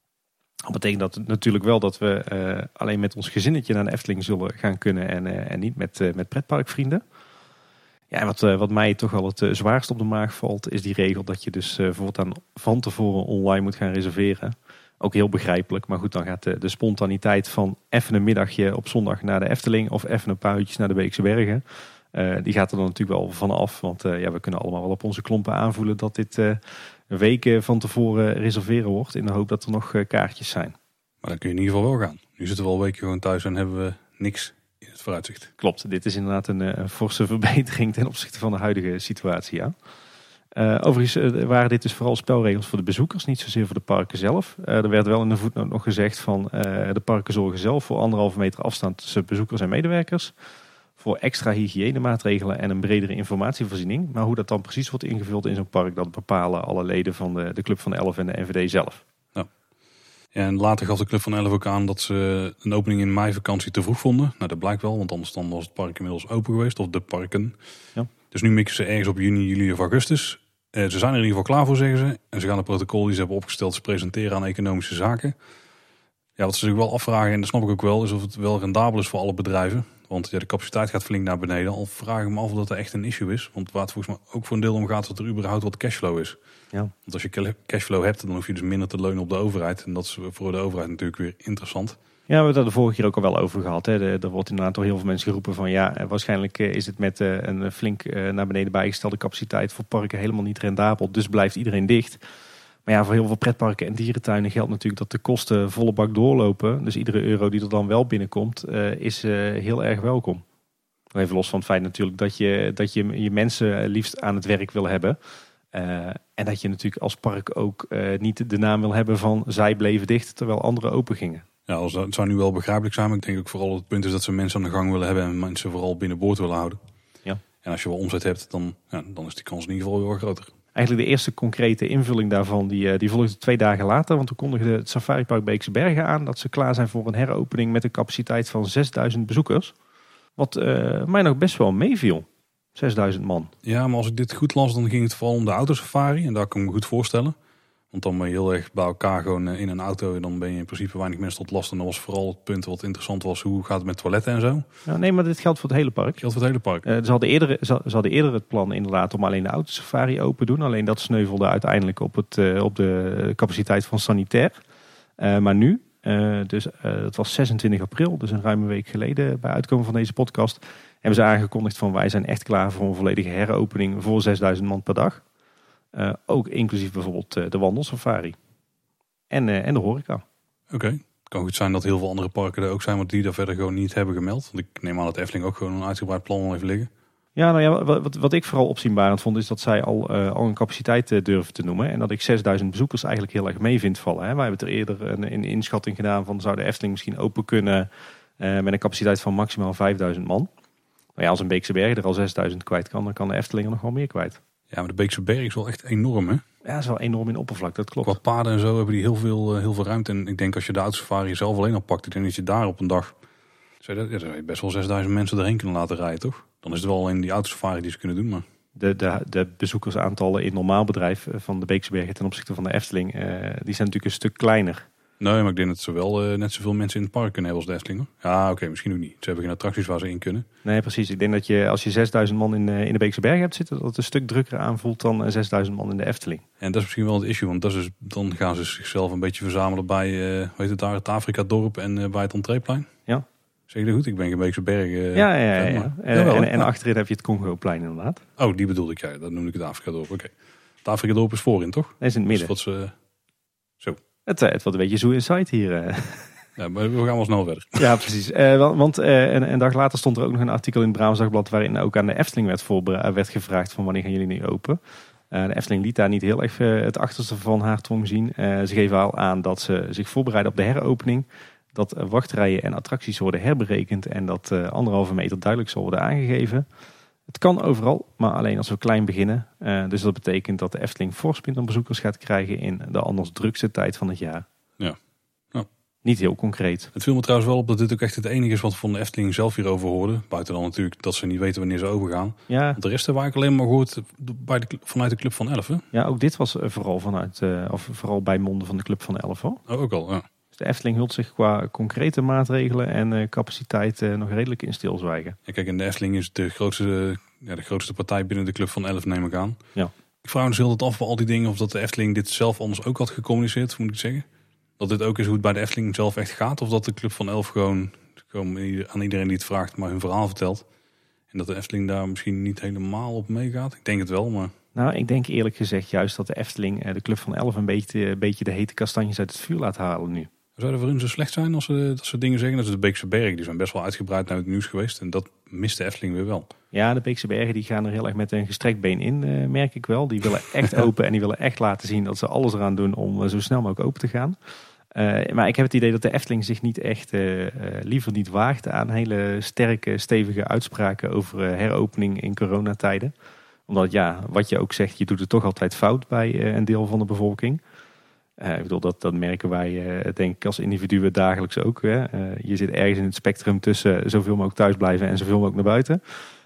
Dat betekent dat natuurlijk wel dat we uh, alleen met ons gezinnetje naar de Efteling zullen gaan kunnen en, uh, en niet met, uh, met pretparkvrienden. Ja, en wat, uh, wat mij toch wel het uh, zwaarst op de maag valt, is die regel dat je dus uh, voortaan van tevoren online moet gaan reserveren. Ook heel begrijpelijk, maar goed, dan gaat de, de spontaniteit van even een middagje op zondag naar de Efteling of even een paar uurtjes naar de Beekse Bergen. Uh, die gaat er dan natuurlijk wel van af, want uh, ja, we kunnen allemaal wel op onze klompen aanvoelen dat dit uh, weken van tevoren reserveren wordt in de hoop dat er nog uh, kaartjes zijn. Maar dan kun je in ieder geval wel gaan. Nu zitten we al weken gewoon thuis en hebben we niks in het vooruitzicht. Klopt, dit is inderdaad een, een forse verbetering ten opzichte van de huidige situatie. Ja. Uh, overigens uh, waren dit dus vooral spelregels voor de bezoekers, niet zozeer voor de parken zelf. Uh, er werd wel in de voetnoot nog gezegd van uh, de parken zorgen zelf voor anderhalve meter afstand tussen bezoekers en medewerkers. Voor extra hygiënemaatregelen en een bredere informatievoorziening. Maar hoe dat dan precies wordt ingevuld in zo'n park, dat bepalen alle leden van de, de Club van Elf en de N V D zelf. Ja. Ja, en later gaf de Club van Elf ook aan dat ze een opening in meivakantie te vroeg vonden. Nou, dat blijkt wel, want anders dan was het park inmiddels open geweest, of de parken. Ja. Dus nu mikken ze ergens op juni, juli of augustus. Eh, ze zijn er in ieder geval klaar voor, zeggen ze. En ze gaan het protocol die ze hebben opgesteld ze presenteren aan economische zaken. Ja, wat ze zich wel afvragen, en dat snap ik ook wel, is of het wel rendabel is voor alle bedrijven. Want ja, de capaciteit gaat flink naar beneden. Al vraag ik me af of dat er echt een issue is. Want waar het volgens mij ook voor een deel om gaat, dat er überhaupt wat cashflow is. Ja. Want als je cashflow hebt, dan hoef je dus minder te leunen op de overheid. En dat is voor de overheid natuurlijk weer interessant. Ja, we hebben het er de vorige keer ook al wel over gehad. Hè. Er wordt inderdaad door heel veel mensen geroepen van ja, waarschijnlijk is het met een flink naar beneden bijgestelde capaciteit voor parken helemaal niet rendabel. Dus blijft iedereen dicht. Maar ja, voor heel veel pretparken en dierentuinen geldt natuurlijk dat de kosten volle bak doorlopen. Dus iedere euro die er dan wel binnenkomt, uh, is uh, heel erg welkom. Even los van het feit natuurlijk dat je, dat je je mensen liefst aan het werk wil hebben. Uh, en dat je natuurlijk als park ook uh, niet de naam wil hebben van zij bleven dicht terwijl anderen open gingen. Ja, het zou nu wel begrijpelijk zijn. Maar ik denk ook vooral het punt is dat ze mensen aan de gang willen hebben en mensen vooral binnenboord willen houden. Ja. En als je wel omzet hebt, dan, ja, dan is die kans in ieder geval heel erg groter. Eigenlijk de eerste concrete invulling daarvan, die, die volgde twee dagen later. Want toen kondigde het Safaripark Beekse Bergen aan dat ze klaar zijn voor een heropening met een capaciteit van zesduizend bezoekers. Wat uh, mij nog best wel meeviel. zesduizend man. Ja, maar als ik dit goed las, dan ging het vooral om de autosafari. En daar kan ik me goed voorstellen. Want dan ben je heel erg bij elkaar gewoon in een auto. En dan ben je in principe weinig mensen tot last. En dat was vooral het punt wat interessant was. Hoe gaat het met toiletten en zo? Ja, nee, maar dit geldt voor het hele park. Geldt voor het hele park. Uh, ze, hadden eerder, ze, ze hadden eerder het plan inderdaad om alleen de autosafari open te doen. Alleen dat sneuvelde uiteindelijk op, het, uh, op de capaciteit van sanitair. Uh, maar nu, uh, dus uh, dat was zesentwintig april. Dus een ruime week geleden bij uitkomen van deze podcast. Hebben ze aangekondigd van wij zijn echt klaar voor een volledige heropening voor zesduizend man per dag. Uh, ook inclusief bijvoorbeeld uh, de wandelsafari. En, uh, en de horeca. Oké. Okay. Het kan goed zijn dat heel veel andere parken er ook zijn, maar die daar verder gewoon niet hebben gemeld. Want ik neem aan dat Efteling ook gewoon een uitgebreid plan heeft liggen. Ja, nou ja, wat, wat ik vooral opzienbarend vond is dat zij al, uh, al een capaciteit uh, durven te noemen. En dat ik zesduizend bezoekers eigenlijk heel erg mee vind vallen. Hè. Wij hebben er eerder een, een inschatting gedaan van zou de Efteling misschien open kunnen uh, met een capaciteit van maximaal vijfduizend man. Maar ja, als een Beekse Bergen er al zesduizend kwijt kan, dan kan de Efteling er nog wel meer kwijt. Ja, maar de Beekse Berg is wel echt enorm, hè? Ja, dat is wel enorm in oppervlak, dat klopt. Qua paden en zo hebben die heel veel, heel veel ruimte. En ik denk als je de autosafari zelf alleen al pakt, ik denk dat je daar op een dag Zou je dat, ja, zou je best wel zesduizend mensen erheen kunnen laten rijden, toch? Dan is het wel alleen die autosafari die ze kunnen doen, maar... De, de, de bezoekersaantallen in normaal bedrijf van de Beekse Bergen ten opzichte van de Efteling, uh, die zijn natuurlijk een stuk kleiner. Nee, maar ik denk dat ze wel uh, net zoveel mensen in het park kunnen hebben als de Efteling. Hoor. Ja, oké, okay, misschien ook niet. Ze hebben geen attracties waar ze in kunnen. Nee, precies. Ik denk dat je als je zesduizend man in, uh, in de Beekse Bergen hebt zitten, dat het een stuk drukker aanvoelt dan uh, zesduizend man in de Efteling. En dat is misschien wel het issue, want dat is, dan gaan ze zichzelf een beetje verzamelen bij, uh, hoe heet het daar, het Afrika-dorp en uh, bij het Entreeplein. Ja. Zeg je dat goed? Ik ben geen Beekse Bergen. Uh, ja, ja, ja. ja. ja. Uh, Jawel, en, en achterin heb je het Congoplein inderdaad. Oh, die bedoelde ik. Ja, dat noemde ik het Afrika-dorp. Oké. Okay. Het Afrika-dorp is voorin, toch? Nee, is in het midden. Dus wat ze... Zo. Het, het wordt een beetje zo inside hier. Uh. Ja, maar we gaan wel snel verder. Ja, precies. Uh, want want uh, een, een dag later stond er ook nog een artikel in het Brabants Dagblad waarin ook aan de Efteling werd, voorbere- werd gevraagd van wanneer gaan jullie nu open. Uh, de Efteling liet daar niet heel erg uh, het achterste van haar tong zien. Uh, ze geven al aan dat ze zich voorbereiden op de heropening. Dat uh, wachtrijen en attracties worden herberekend en dat uh, anderhalve meter duidelijk zal worden aangegeven. Het kan overal, maar alleen als we klein beginnen. Uh, dus dat betekent dat de Efteling fors minder bezoekers gaat krijgen in de anders drukste tijd van het jaar. Ja. Ja. Niet heel concreet. Het viel me trouwens wel op dat dit ook echt het enige is wat we van de Efteling zelf hierover hoorden. Buiten dan natuurlijk dat ze niet weten wanneer ze overgaan. Ja. Want de rest hebben we eigenlijk alleen maar gehoord bij de, vanuit de Club van Elf. Hè? Ja, ook dit was vooral, vanuit, uh, of vooral bij monden van de Club van Elf. Hoor. Oh, ook al, ja. Dus de Efteling hult zich qua concrete maatregelen en uh, capaciteit uh, nog redelijk in stilzwijgen. Ja, kijk, en de Efteling is de grootste, ja, de grootste partij binnen de Club van Elf, neem ik aan. Ja. Ik vraag me dus heel het af bij al die dingen of dat de Efteling dit zelf anders ook had gecommuniceerd, moet ik zeggen. Dat dit ook is hoe het bij de Efteling zelf echt gaat. Of dat de Club van Elf gewoon, gewoon aan iedereen die het vraagt maar hun verhaal vertelt. En dat de Efteling daar misschien niet helemaal op meegaat. Ik denk het wel, maar... Nou, ik denk eerlijk gezegd juist dat de Efteling de Club van Elf een beetje, een beetje de hete kastanjes uit het vuur laat halen nu. Zou dat voor hun zo slecht zijn als ze dat soort dingen zeggen? Dat is de Beekse Bergen, die zijn best wel uitgebreid naar het nieuws geweest. En dat mist de Efteling weer wel. Ja, de Beekse Bergen die gaan er heel erg met een gestrekt been in, uh, merk ik wel. Die willen echt open en die willen echt laten zien dat ze alles eraan doen om uh, zo snel mogelijk open te gaan. Uh, maar ik heb het idee dat de Efteling zich niet echt uh, uh, liever niet waagt aan hele sterke, stevige uitspraken over uh, heropening in coronatijden. Omdat ja, wat je ook zegt, je doet het toch altijd fout bij uh, een deel van de bevolking. Uh, ik bedoel, dat, dat merken wij uh, denk ik als individuen dagelijks ook. Hè. Uh, je zit ergens in het spectrum tussen zoveel mogelijk thuis blijven en zoveel mogelijk naar buiten.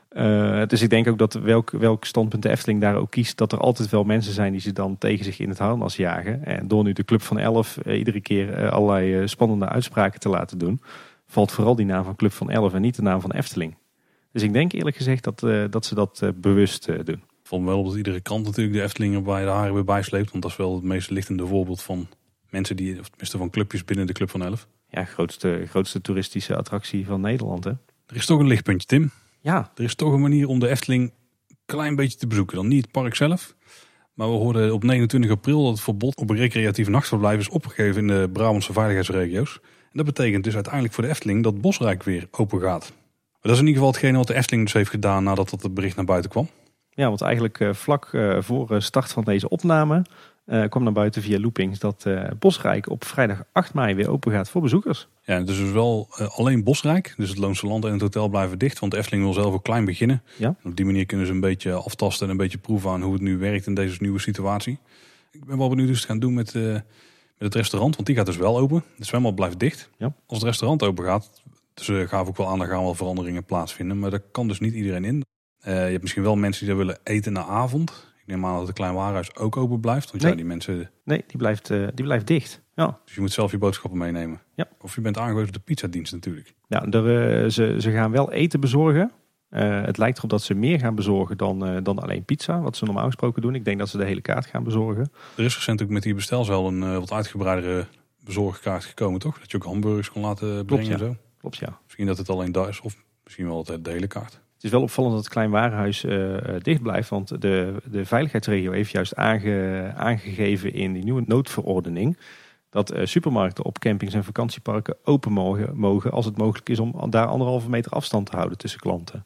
Uh, dus ik denk ook dat welk, welk standpunt de Efteling daar ook kiest, dat er altijd wel mensen zijn die ze dan tegen zich in het harnas jagen. En door nu de Club van Elf uh, iedere keer uh, allerlei uh, spannende uitspraken te laten doen, valt vooral die naam van Club van Elf en niet de naam van Efteling. Dus ik denk eerlijk gezegd dat, uh, dat ze dat uh, bewust uh, doen. Ik vond wel op dat iedere krant natuurlijk de Efteling er bij de haren weer bijsleept. Want dat is wel het meest lichtende voorbeeld van mensen die, of tenminste van clubjes binnen de Club van Elf. Ja, grootste, grootste toeristische attractie van Nederland, hè? Er is toch een lichtpuntje, Tim. Ja. Er is toch een manier om de Efteling een klein beetje te bezoeken. Dan niet het park zelf. Maar we hoorden op negenentwintig april dat het verbod op een recreatief nachtverblijf is opgegeven in de Brabantse veiligheidsregio's. En dat betekent dus uiteindelijk voor de Efteling dat Bosrijk weer open gaat. Maar dat is in ieder geval hetgene wat de Efteling dus heeft gedaan nadat dat het bericht naar buiten kwam. Ja, want eigenlijk uh, vlak uh, voor start van deze opname uh, kwam naar buiten via loopings dat uh, Bosrijk op vrijdag acht mei weer open gaat voor bezoekers. Ja, het is dus wel uh, alleen Bosrijk. Dus het Loonse Land en het hotel blijven dicht. Want de Efteling wil zelf ook klein beginnen. Ja. En op die manier kunnen ze een beetje aftasten en een beetje proeven aan hoe het nu werkt in deze nieuwe situatie. Ik ben wel benieuwd hoe ze het gaan doen met, uh, met het restaurant. Want die gaat dus wel open. De zwembad blijft dicht. Ja. Als het restaurant open gaat, dus uh, gaven ook wel aan, daar gaan wel veranderingen plaatsvinden. Maar daar kan dus niet iedereen in. Uh, je hebt misschien wel mensen die daar willen eten na avond. Ik neem aan dat het Klein Warenhuis ook open blijft. Want nee. ja, die mensen... Nee, die blijft, uh, die blijft dicht. Ja. Dus je moet zelf je boodschappen meenemen. Ja. Of je bent aangewezen op de pizzadienst natuurlijk. Ja, er, uh, ze, ze gaan wel eten bezorgen. Uh, het lijkt erop dat ze meer gaan bezorgen dan, uh, dan alleen pizza. Wat ze normaal gesproken doen. Ik denk dat ze de hele kaart gaan bezorgen. Er is recent ook met die bestelzaal een uh, wat uitgebreidere bezorgkaart gekomen, toch? Dat je ook hamburgers kon laten brengen. Klopt, ja. En zo. Klopt, ja. Misschien dat het alleen daar is. Of misschien wel de hele kaart. Het is wel opvallend dat het Klein Warenhuis uh, dicht blijft. Want de, de veiligheidsregio heeft juist aange, aangegeven in die nieuwe noodverordening dat uh, supermarkten op campings en vakantieparken open mogen, mogen als het mogelijk is om daar anderhalve meter afstand te houden tussen klanten.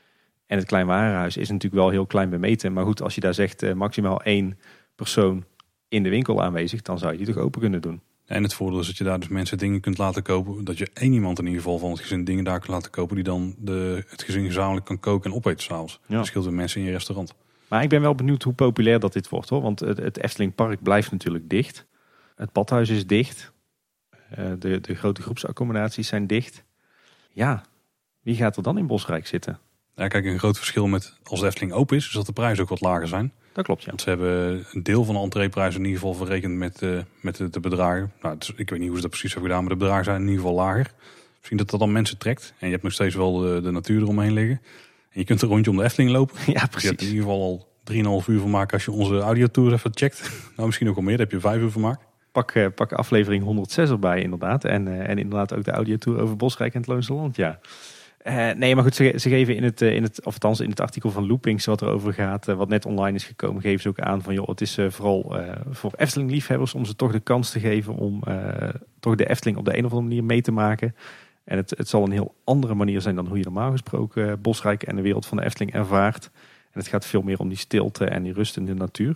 En het Klein Warenhuis is natuurlijk wel heel klein bemeten. Maar goed, als je daar zegt uh, maximaal één persoon in de winkel aanwezig, dan zou je die toch open kunnen doen. En het voordeel is dat je daar dus mensen dingen kunt laten kopen. Dat je één iemand in ieder geval van het gezin dingen daar kunt laten kopen. Die dan de, het gezin gezamenlijk kan koken en opeten s'avonds. Ja. Dat scheelt weer mensen in je restaurant. Maar ik ben wel benieuwd hoe populair dat dit wordt, hoor. Want het, het Eftelingpark blijft natuurlijk dicht. Het badhuis is dicht. Uh, de, de grote groepsaccommodaties zijn dicht. Ja, wie gaat er dan in Bosrijk zitten? Ja, kijk, een groot verschil met als de Efteling open is, is dat de prijzen ook wat lager zijn. Dat klopt, ja. Want ze hebben een deel van de entreeprijs in ieder geval verrekend met, uh, met de, de bedragen. Nou, dus ik weet niet hoe ze dat precies hebben gedaan, maar de bedragen zijn in ieder geval lager. Misschien dat dat dan mensen trekt. En je hebt nog steeds wel de, de natuur eromheen liggen. En je kunt een rondje om de Efteling lopen. Ja, precies. Je hebt in ieder geval al drieënhalf uur van maken als je onze audiotour even checkt. Nou, misschien ook wel meer. Daar heb je vijf uur van maken. Pak, uh, pak aflevering honderdzes erbij inderdaad. En, uh, en inderdaad ook de audiotour over Bosrijk en het Loonse Land, ja. Uh, nee, maar goed, ze, ze geven in het, uh, in het, of althans in het artikel van Loopings wat erover gaat, uh, wat net online is gekomen, geven ze ook aan van, joh, het is uh, vooral uh, voor Efteling-liefhebbers om ze toch de kans te geven om uh, toch de Efteling op de een of andere manier mee te maken. En het, het zal een heel andere manier zijn dan hoe je normaal gesproken uh, Bosrijk en de wereld van de Efteling ervaart. En het gaat veel meer om die stilte en die rust in de natuur.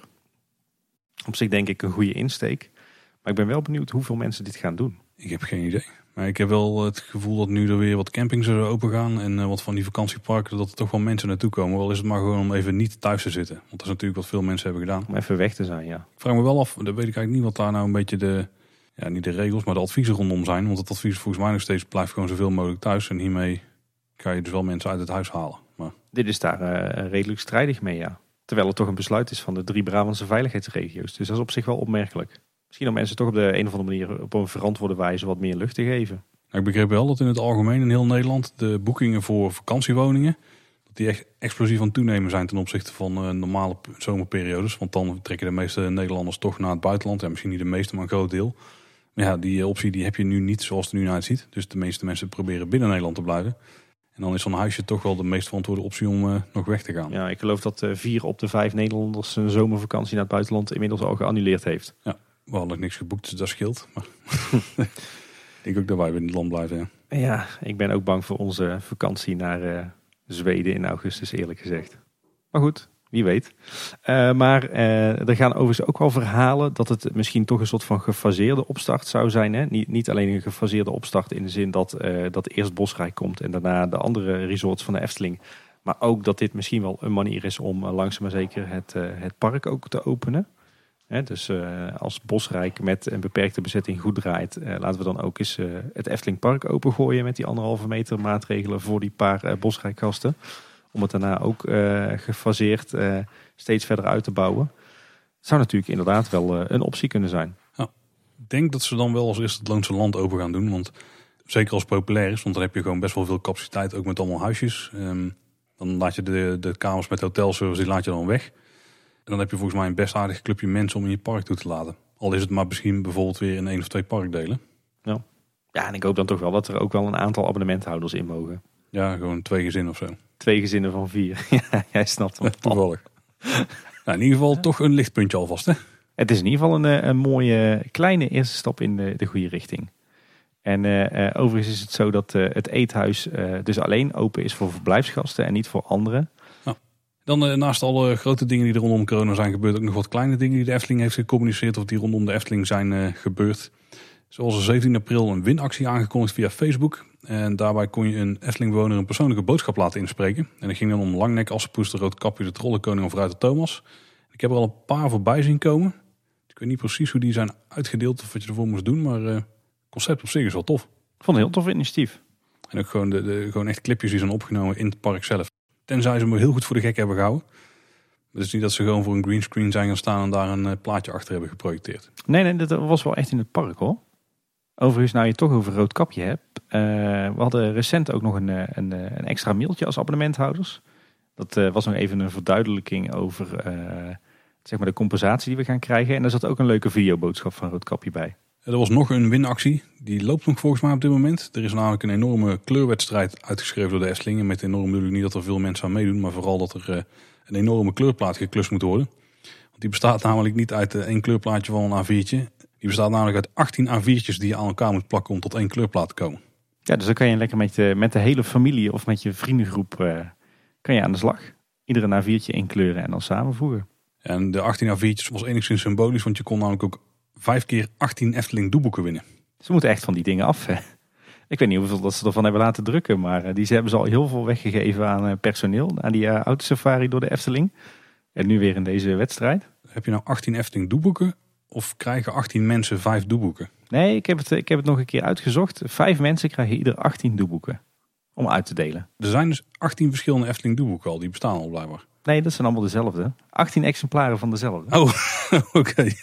Op zich denk ik een goede insteek. Maar ik ben wel benieuwd hoeveel mensen dit gaan doen. Ik heb geen idee. Maar ik heb wel het gevoel dat nu er weer wat campings er open gaan. En uh, wat van die vakantieparken, dat er toch wel mensen naartoe komen. Wel is het maar gewoon om even niet thuis te zitten. Want dat is natuurlijk wat veel mensen hebben gedaan. Om even weg te zijn, ja. Ik vraag me wel af, dat weet ik eigenlijk niet wat daar nou een beetje de, ja, niet de regels, maar de adviezen rondom zijn. Want het advies is volgens mij nog steeds, blijf gewoon zoveel mogelijk thuis. En hiermee ga je dus wel mensen uit het huis halen. Maar dit is daar uh, redelijk strijdig mee, ja. Terwijl het toch een besluit is van de drie Brabantse veiligheidsregio's. Dus dat is op zich wel opmerkelijk. Misschien om mensen toch op de een of andere manier op een verantwoorde wijze wat meer lucht te geven. Ik begreep wel dat in het algemeen in heel Nederland de boekingen voor vakantiewoningen, dat die echt explosief aan het toenemen zijn ten opzichte van uh, normale zomerperiodes. Want dan trekken de meeste Nederlanders toch naar het buitenland. Ja, misschien niet de meeste, maar een groot deel. Maar ja, die optie die heb je nu niet zoals het er nu uitziet. Dus de meeste mensen proberen binnen Nederland te blijven. En dan is zo'n huisje toch wel de meest verantwoorde optie om uh, nog weg te gaan. Ja, ik geloof dat uh, vier op de vijf Nederlanders een zomervakantie naar het buitenland inmiddels al geannuleerd heeft. Ja, we hadden nog niks geboekt, dus dat scheelt. Maar ik denk ook dat wij in het land blijven. Ja. ja, ik ben ook bang voor onze vakantie naar uh, Zweden in augustus, eerlijk gezegd. Maar goed, wie weet. Uh, maar uh, er gaan overigens ook wel verhalen dat het misschien toch een soort van gefaseerde opstart zou zijn. Hè? Niet, niet alleen een gefaseerde opstart in de zin dat, uh, dat eerst Bosrijk komt en daarna de andere resorts van de Efteling. Maar ook dat dit misschien wel een manier is om uh, langzaam maar zeker het, uh, het park ook te openen. He, dus uh, als Bosrijk met een beperkte bezetting goed draait, uh, laten we dan ook eens uh, het Eftelingpark opengooien met die anderhalve meter maatregelen voor die paar uh, Bosrijkgasten. Om het daarna ook uh, gefaseerd uh, steeds verder uit te bouwen. Zou natuurlijk inderdaad wel uh, een optie kunnen zijn. Ja, ik denk dat ze dan wel als eerste het Loonse Land open gaan doen. Want zeker als het populair is, want dan heb je gewoon best wel veel capaciteit, ook met allemaal huisjes. Um, dan laat je de, de kamers met hotelservice, die laat je dan weg. En dan heb je volgens mij een best aardig clubje mensen om in je park toe te laten. Al is het maar misschien bijvoorbeeld weer in één of twee parkdelen. Ja. ja, en ik hoop dan toch wel dat er ook wel een aantal abonnementhouders in mogen. Ja, gewoon twee gezinnen of zo. Twee gezinnen van vier. Ja, jij snapt hem. Toevallig. Nou, in ieder geval toch een lichtpuntje alvast, hè? Het is in ieder geval een, een mooie kleine eerste stap in de, de goede richting. En uh, uh, overigens is het zo dat uh, het eethuis uh, dus alleen open is voor verblijfsgasten en niet voor anderen. Ja. Dan uh, naast alle grote dingen die er rondom corona zijn gebeurd, ook nog wat kleine dingen die de Efteling heeft gecommuniceerd of die rondom de Efteling zijn uh, gebeurd. Zoals er zeventien april een winactie aangekondigd via Facebook. En daarbij kon je een Efteling-bewoner een persoonlijke boodschap laten inspreken. En dat ging dan om Langnek, Assepoester, Roodkapje, de Trollenkoning of Ruiter Thomas. Ik heb er al een paar voorbij zien komen. Ik weet niet precies hoe die zijn uitgedeeld of wat je ervoor moest doen, maar uh, het concept op zich is wel tof. Ik vond het een heel tof initiatief. En ook gewoon, de, de, gewoon echt clipjes die zijn opgenomen in het park zelf. Tenzij ze me heel goed voor de gek hebben gehouden. Het is niet dat ze gewoon voor een greenscreen zijn gaan staan en daar een uh, plaatje achter hebben geprojecteerd. Nee, nee, dat was wel echt in het park hoor. Overigens, nou je het toch over Roodkapje hebt. Uh, we hadden recent ook nog een, een, een extra mailtje als abonnementhouders. Dat uh, was nog even een verduidelijking over uh, zeg maar de compensatie die we gaan krijgen. En daar zat ook een leuke videoboodschap van Roodkapje bij. Er was nog een winactie. Die loopt nog volgens mij op dit moment. Er is namelijk een enorme kleurwedstrijd uitgeschreven door de Efteling. En met enorm bedoel ik niet dat er veel mensen aan meedoen. Maar vooral dat er uh, een enorme kleurplaat geklust moet worden. Want die bestaat namelijk niet uit uh, één kleurplaatje van een A viertje. Die bestaat namelijk uit achttien A viertjes die je aan elkaar moet plakken om tot één kleurplaat te komen. Ja, dus dan kan je lekker met de, met de hele familie of met je vriendengroep uh, kan je aan de slag. Iedere A viertje inkleuren en dan samenvoegen. En de achttien A viertjes was enigszins symbolisch, want je kon namelijk ook vijf keer achttien Efteling doeboeken winnen. Ze moeten echt van die dingen af. Hè? Ik weet niet hoeveel dat ze ervan hebben laten drukken, maar die hebben ze al heel veel weggegeven aan personeel. Aan die uh, autosafari door de Efteling. En nu weer in deze wedstrijd. Heb je nou achttien Efteling doeboeken of krijgen achttien mensen vijf doeboeken? Nee, ik heb, het, ik heb het nog een keer uitgezocht. Vijf mensen krijgen ieder achttien doeboeken. om uit te delen. Er zijn dus achttien verschillende Efteling doeboeken al. Die bestaan al blijkbaar. Nee, dat zijn allemaal dezelfde. achttien exemplaren van dezelfde. Oh, oké. Okay.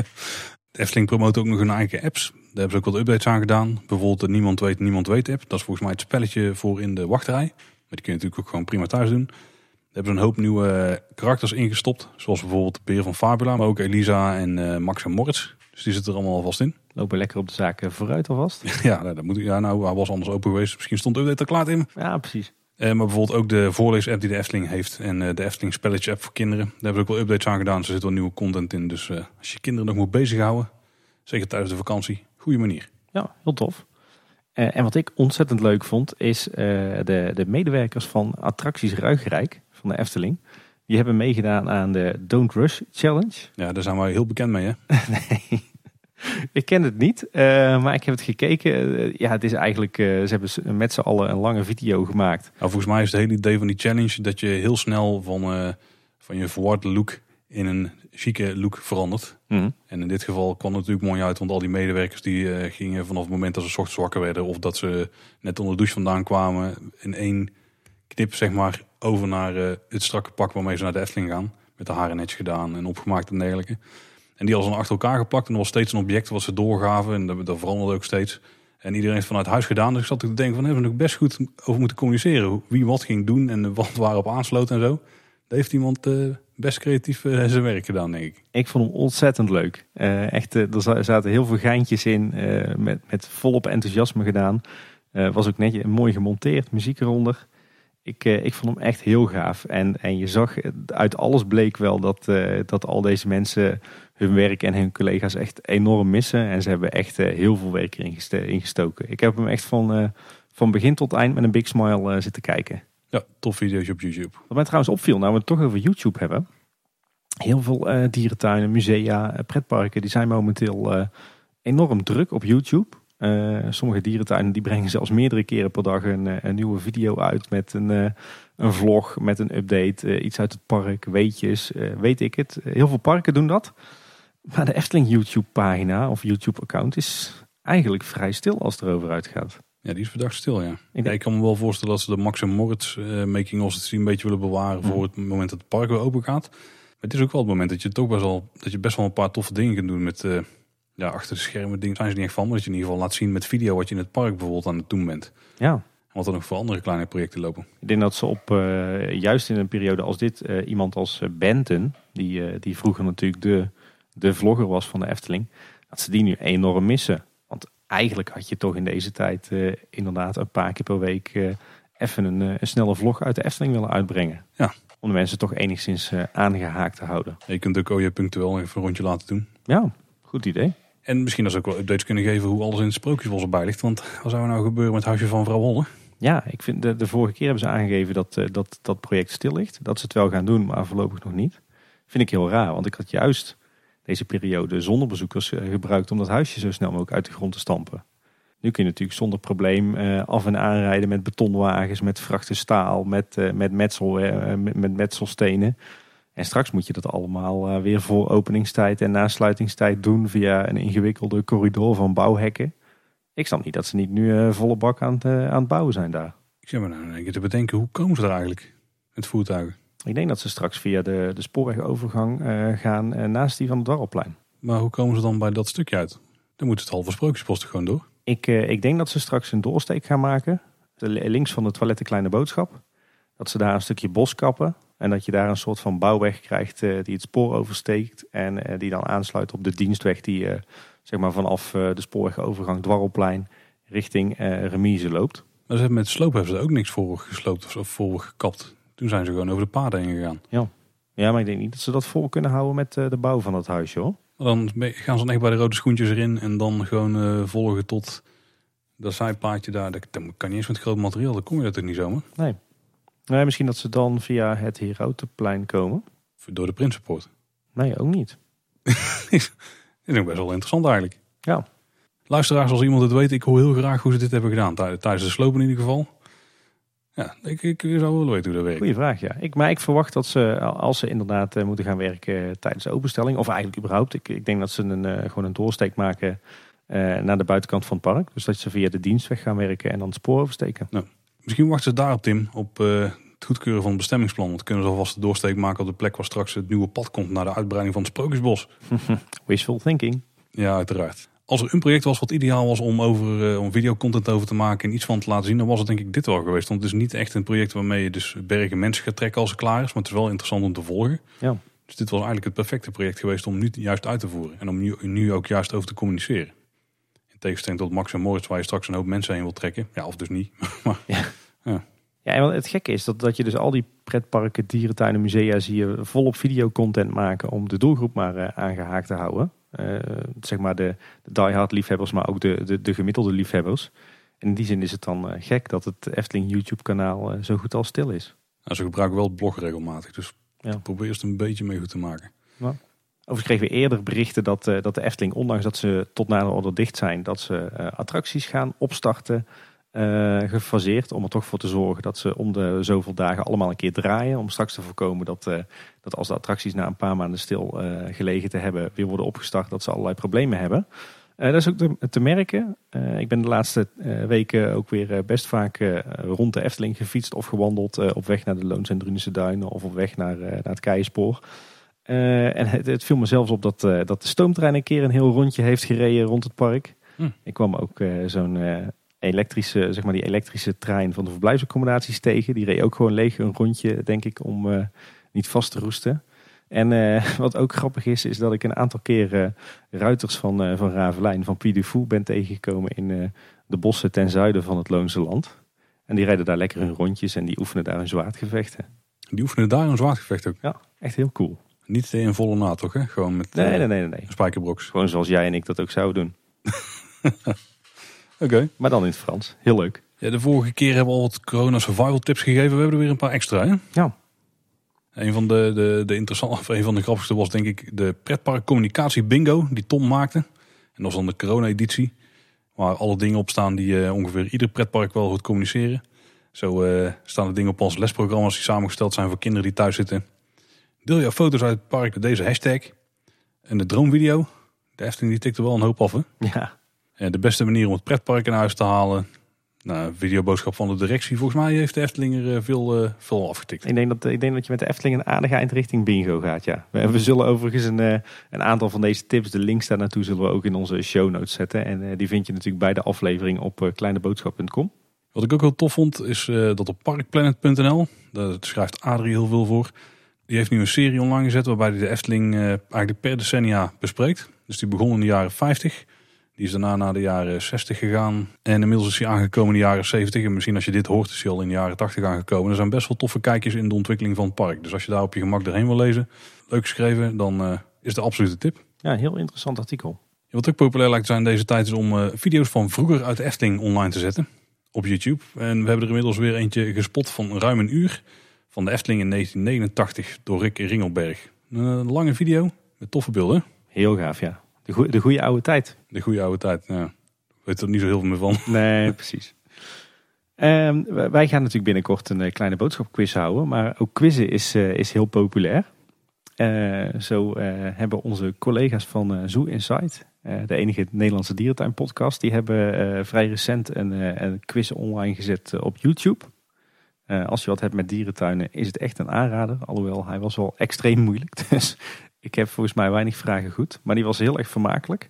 De Efteling promoot ook nog hun eigen apps. Daar hebben ze ook wat updates aan gedaan. Bijvoorbeeld de Niemand Weet, Niemand Weet app. Dat is volgens mij het spelletje voor in de wachtrij. Maar die kun je natuurlijk ook gewoon prima thuis doen. Daar hebben ze een hoop nieuwe karakters ingestopt. Zoals bijvoorbeeld de beer van Fabula. Maar ook Elisa en uh, Max en Moritz. Dus die zitten er allemaal alvast in. Lopen lekker op de zaak vooruit alvast. Ja, dat moet, ja, nou, hij was anders open geweest. Misschien stond de update er klaar in. Ja, precies. Uh, maar bijvoorbeeld ook de voorlees-app die de Efteling heeft. En uh, de Efteling spelletje-app voor kinderen. Daar hebben ze ook wel updates aan gedaan. Dus er zit wel nieuwe content in. Dus uh, als je kinderen nog moet bezighouden. Zeker tijdens de vakantie. Goede manier. Ja, heel tof. Uh, en wat ik ontzettend leuk vond. Is uh, de, de medewerkers van Attracties Ruigrijk. Van de Efteling. Die hebben meegedaan aan de Don't Rush Challenge. Ja, daar zijn wij heel bekend mee, hè? Nee, ik ken het niet, uh, maar ik heb het gekeken. Uh, ja, het is eigenlijk, uh, ze hebben met z'n allen een lange video gemaakt. Nou, volgens mij is het hele idee van die challenge dat je heel snel van, uh, van je verwarde look in een chique look verandert. Mm-hmm. En in dit geval kwam het natuurlijk mooi uit, want al die medewerkers die uh, gingen vanaf het moment dat ze 's ochtends wakker werden of dat ze net onder de douche vandaan kwamen, in één knip zeg maar over naar uh, het strakke pak waarmee ze naar de Efteling gaan. Met de haren netjes gedaan en opgemaakt en dergelijke. En die hadden ze dan achter elkaar gepakt. En er was steeds een object wat ze doorgaven. En dat, dat veranderde ook steeds. En iedereen heeft vanuit huis gedaan. Dus ik zat te denken van, hebben we nog best goed over moeten communiceren. Wie wat ging doen en wat waarop aansloot en zo. Daar heeft iemand uh, best creatief uh, zijn werk gedaan, denk ik. Ik vond hem ontzettend leuk. Uh, echt, uh, er zaten heel veel geintjes in. Uh, met, met volop enthousiasme gedaan. Uh, was ook netjes mooi gemonteerd. Muziek eronder. Ik, uh, ik vond hem echt heel gaaf. En, en je zag, uit alles bleek wel dat, uh, dat al deze mensen hun werk en hun collega's echt enorm missen. En ze hebben echt uh, heel veel werk erin gestoken. Ik heb hem echt van, uh, van begin tot eind met een big smile uh, zitten kijken. Ja, tof video's op YouTube. Wat mij trouwens opviel, nou we het toch over YouTube hebben. Heel veel uh, dierentuinen, musea, uh, pretparken, die zijn momenteel uh, enorm druk op YouTube. Uh, sommige dierentuinen die brengen zelfs meerdere keren per dag een, een nieuwe video uit met een, uh, een vlog, met een update, uh, iets uit het park, weetjes, uh, weet ik het. Heel veel parken doen dat. Maar de Efteling YouTube pagina of YouTube account is eigenlijk vrij stil als het erover uitgaat. Ja, die is verdacht stil, ja. Ik, denk... ja, ik kan me wel voorstellen dat ze de Max en Moritz uh, making-ofs een beetje willen bewaren mm. voor het moment dat het park weer open gaat. Maar het is ook wel het moment dat je toch best wel, dat je best wel een paar toffe dingen kunt doen met... Uh, Ja, achter de schermen dingen zijn ze niet echt van. Maar dat je in ieder geval laat zien met video wat je in het park bijvoorbeeld aan het doen bent. Ja. En wat er nog voor andere kleine projecten lopen. Ik denk dat ze op, uh, juist in een periode als dit, uh, iemand als uh, Benton, die, uh, die vroeger natuurlijk de, de vlogger was van de Efteling, dat ze die nu enorm missen. Want eigenlijk had je toch in deze tijd uh, inderdaad een paar keer per week uh, even een, uh, een snelle vlog uit de Efteling willen uitbrengen. Ja. Om de mensen toch enigszins uh, aangehaakt te houden. Ja, je kunt ook O J punctueel even een rondje laten doen. Ja, goed idee. En misschien dat ze ook wel updates kunnen geven hoe alles in het Sprookjesbos erbij ligt. Want wat zou er nou gebeuren met het huisje van vrouw Holle? Ja, ik vind de, de vorige keer hebben ze aangegeven dat, uh, dat dat project stil ligt. Dat ze het wel gaan doen, maar voorlopig nog niet. Vind ik heel raar, want ik had juist deze periode zonder bezoekers uh, gebruikt om dat huisje zo snel mogelijk uit de grond te stampen. Nu kun je natuurlijk zonder probleem uh, af en aanrijden met betonwagens, met vrachten staal, met, uh, met, metsel, uh, met, met metselstenen. En straks moet je dat allemaal uh, weer voor openingstijd en nasluitingstijd doen via een ingewikkelde corridor van bouwhekken. Ik snap niet dat ze niet nu uh, volle bak aan het, uh, aan het bouwen zijn daar. Ik zit me nou een keer te bedenken, hoe komen ze er eigenlijk met voertuigen? Ik denk dat ze straks via de, de spoorwegovergang uh, gaan uh, naast die van het Dwarrelplein. Maar hoe komen ze dan bij dat stukje uit? Dan moet het halve Sprookjesbos toch gewoon door? Ik, uh, ik denk dat ze straks een doorsteek gaan maken. De, links van de toiletten Kleine Boodschap. Dat ze daar een stukje bos kappen. En dat je daar een soort van bouwweg krijgt uh, die het spoor oversteekt. En uh, die dan aansluit op de dienstweg die uh, zeg maar vanaf uh, de spoorwegovergang Dwarrelplein richting uh, Remise loopt. Maar ze hebben met sloop hebben ze er ook niks voor gesloopt of voor gekapt. Toen zijn ze gewoon over de paden heen gegaan. Ja. Ja, maar ik denk niet dat ze dat vol kunnen houden met uh, de bouw van dat huisje, hoor. Maar dan gaan ze dan echt bij de rode schoentjes erin en dan gewoon uh, volgen tot dat zijpaadje daar. Dat kan niet eens met groot materiaal, dan kom je dat er niet zomaar. Nee. Nee, misschien dat ze dan via het Herautenplein komen. Door de Prinsenpoort. Nee, ook niet. Dat is ook best wel interessant eigenlijk. Ja. Luisteraars, als iemand het weet, ik hoor heel graag hoe ze dit hebben gedaan. Tijdens de sloop in ieder geval. Ja, ik, ik zou wel weten hoe dat werkt. Goeie vraag, ja. Ik, maar ik verwacht dat ze, als ze inderdaad uh, moeten gaan werken tijdens de openstelling, of eigenlijk überhaupt, ik, ik denk dat ze een, uh, gewoon een doorsteek maken uh, naar de buitenkant van het park. Dus dat ze via de dienstweg gaan werken en dan het spoor oversteken. Nou, Misschien wachten ze daarop, Tim, op uh, het goedkeuren van het bestemmingsplan. Want kunnen ze alvast de doorsteek maken op de plek waar straks het nieuwe pad komt naar de uitbreiding van het Sprookjesbos. Wishful thinking. Ja, uiteraard. Als er een project was wat ideaal was om, over, uh, om videocontent over te maken en iets van te laten zien, dan was het denk ik dit wel geweest. Want het is niet echt een project waarmee je dus bergen mensen gaat trekken als het klaar is. Maar het is wel interessant om te volgen. Ja. Dus dit was eigenlijk het perfecte project geweest om nu juist uit te voeren. En om nu, nu ook juist over te communiceren. In tegenstelling tot Max en Moritz waar je straks een hoop mensen heen wil trekken. Ja, of dus niet. maar, ja. Ja. Ja, en het gekke is dat, dat je dus al die pretparken, dierentuinen, musea zie je volop videocontent maken om de doelgroep maar uh, aangehaakt te houden. Uh, zeg maar de, de diehard liefhebbers, maar ook de, de, de gemiddelde liefhebbers. En in die zin is het dan uh, gek dat het Efteling YouTube kanaal uh, zo goed als stil is. Nou, ze gebruiken wel het blog regelmatig, dus ja. probeer het een beetje mee goed te maken. Ja. Overigens kregen we eerder berichten dat, uh, dat de Efteling, ondanks dat ze tot nader order dicht zijn, dat ze uh, attracties gaan opstarten. Uh, gefaseerd om er toch voor te zorgen dat ze om de zoveel dagen allemaal een keer draaien. Om straks te voorkomen dat, uh, dat als de attracties na een paar maanden stil uh, gelegen te hebben weer worden opgestart, dat ze allerlei problemen hebben. Uh, dat is ook te, te merken. Uh, ik ben de laatste uh, weken ook weer uh, best vaak uh, rond de Efteling gefietst of gewandeld. Uh, op weg naar de Loons en Drunense Duinen of op weg naar, uh, naar het Keienspoor. Uh, en het, het viel me zelfs op dat, uh, dat de stoomtrein een keer een heel rondje heeft gereden rond het park. Hm. Ik kwam ook uh, zo'n... Uh, elektrische, zeg maar die elektrische trein van de verblijfsaccommodaties tegen. Die reed ook gewoon leeg een rondje, denk ik, om uh, niet vast te roesten. En uh, wat ook grappig is, is dat ik een aantal keer uh, ruiters van, uh, van Ravelijn, van Puy du Fou, ben tegengekomen in uh, de bossen ten zuiden van het Loonse Land. En die rijden daar lekker hun rondjes en die oefenen daar hun zwaardgevechten. Die oefenen daar een zwaardgevecht ook? Ja, echt heel cool. Niet in volle naad toch, hè? Gewoon met nee, nee, nee, nee, nee. spijkerbroks. Gewoon zoals jij en ik dat ook zouden doen. Oké. Okay. Maar dan in het Frans. Heel leuk. Ja, de vorige keer hebben we al wat corona survival tips gegeven. We hebben er weer een paar extra, hè? Ja. Een van de, de, de interessante, of een van de grappigste was denk ik de pretpark communicatie bingo die Tom maakte. En dat was dan de corona editie. Waar alle dingen op staan die uh, ongeveer ieder pretpark wel goed communiceren. Zo uh, staan er dingen op onze lesprogramma's die samengesteld zijn voor kinderen die thuis zitten. Deel jouw foto's uit het park met deze hashtag. En de droomvideo. De Efteling die tikt er wel een hoop af, hè? Ja. De beste manier om het pretpark in huis te halen. Nou, videoboodschap van de directie. Volgens mij heeft de Efteling er veel, uh, veel afgetikt. Ik denk, dat, ik denk dat je met de Efteling een aardige eind richting bingo gaat, ja. We, we zullen overigens een, uh, een aantal van deze tips, de links daar naartoe, zullen we ook in onze show notes zetten. En uh, die vind je natuurlijk bij de aflevering op uh, kleineboodschap punt com. Wat ik ook heel tof vond, is uh, dat op parkplanet punt n l, daar schrijft Adrie heel veel voor. Die heeft nu een serie online gezet waarbij hij de Efteling uh, eigenlijk per decennia bespreekt. Dus die begon in de jaren vijftig. Die is daarna naar de jaren zestig gegaan. En inmiddels is hij aangekomen in de jaren zeventig. En misschien als je dit hoort is hij al in de jaren tachtig aangekomen. Er zijn best wel toffe kijkjes in de ontwikkeling van het park. Dus als je daar op je gemak doorheen wil lezen, leuk geschreven, dan uh, is de absolute tip. Ja, een heel interessant artikel. Ja, wat ook populair lijkt te zijn deze tijd is om uh, video's van vroeger uit de Efteling online te zetten. Op YouTube. En we hebben er inmiddels weer eentje gespot van ruim een uur. Van de Efteling in negentien negenentachtig door Rick Ringelberg. Een lange video met toffe beelden. Heel gaaf, ja. De, goe- de goede oude tijd. De goede oude tijd, ja. Ik weet er niet zo heel veel meer van. Nee, precies. Um, wij gaan natuurlijk binnenkort een uh, kleine boodschapquiz houden. Maar ook quizzen is, uh, is heel populair. Uh, zo uh, hebben onze collega's van uh, Zoo Insight, uh, de enige Nederlandse dierentuin podcast, die hebben uh, vrij recent een, uh, een quiz online gezet uh, op YouTube. Uh, als je wat hebt met dierentuinen is het echt een aanrader. Alhoewel, hij was wel extreem moeilijk. Dus ik heb volgens mij weinig vragen goed. Maar die was heel erg vermakelijk.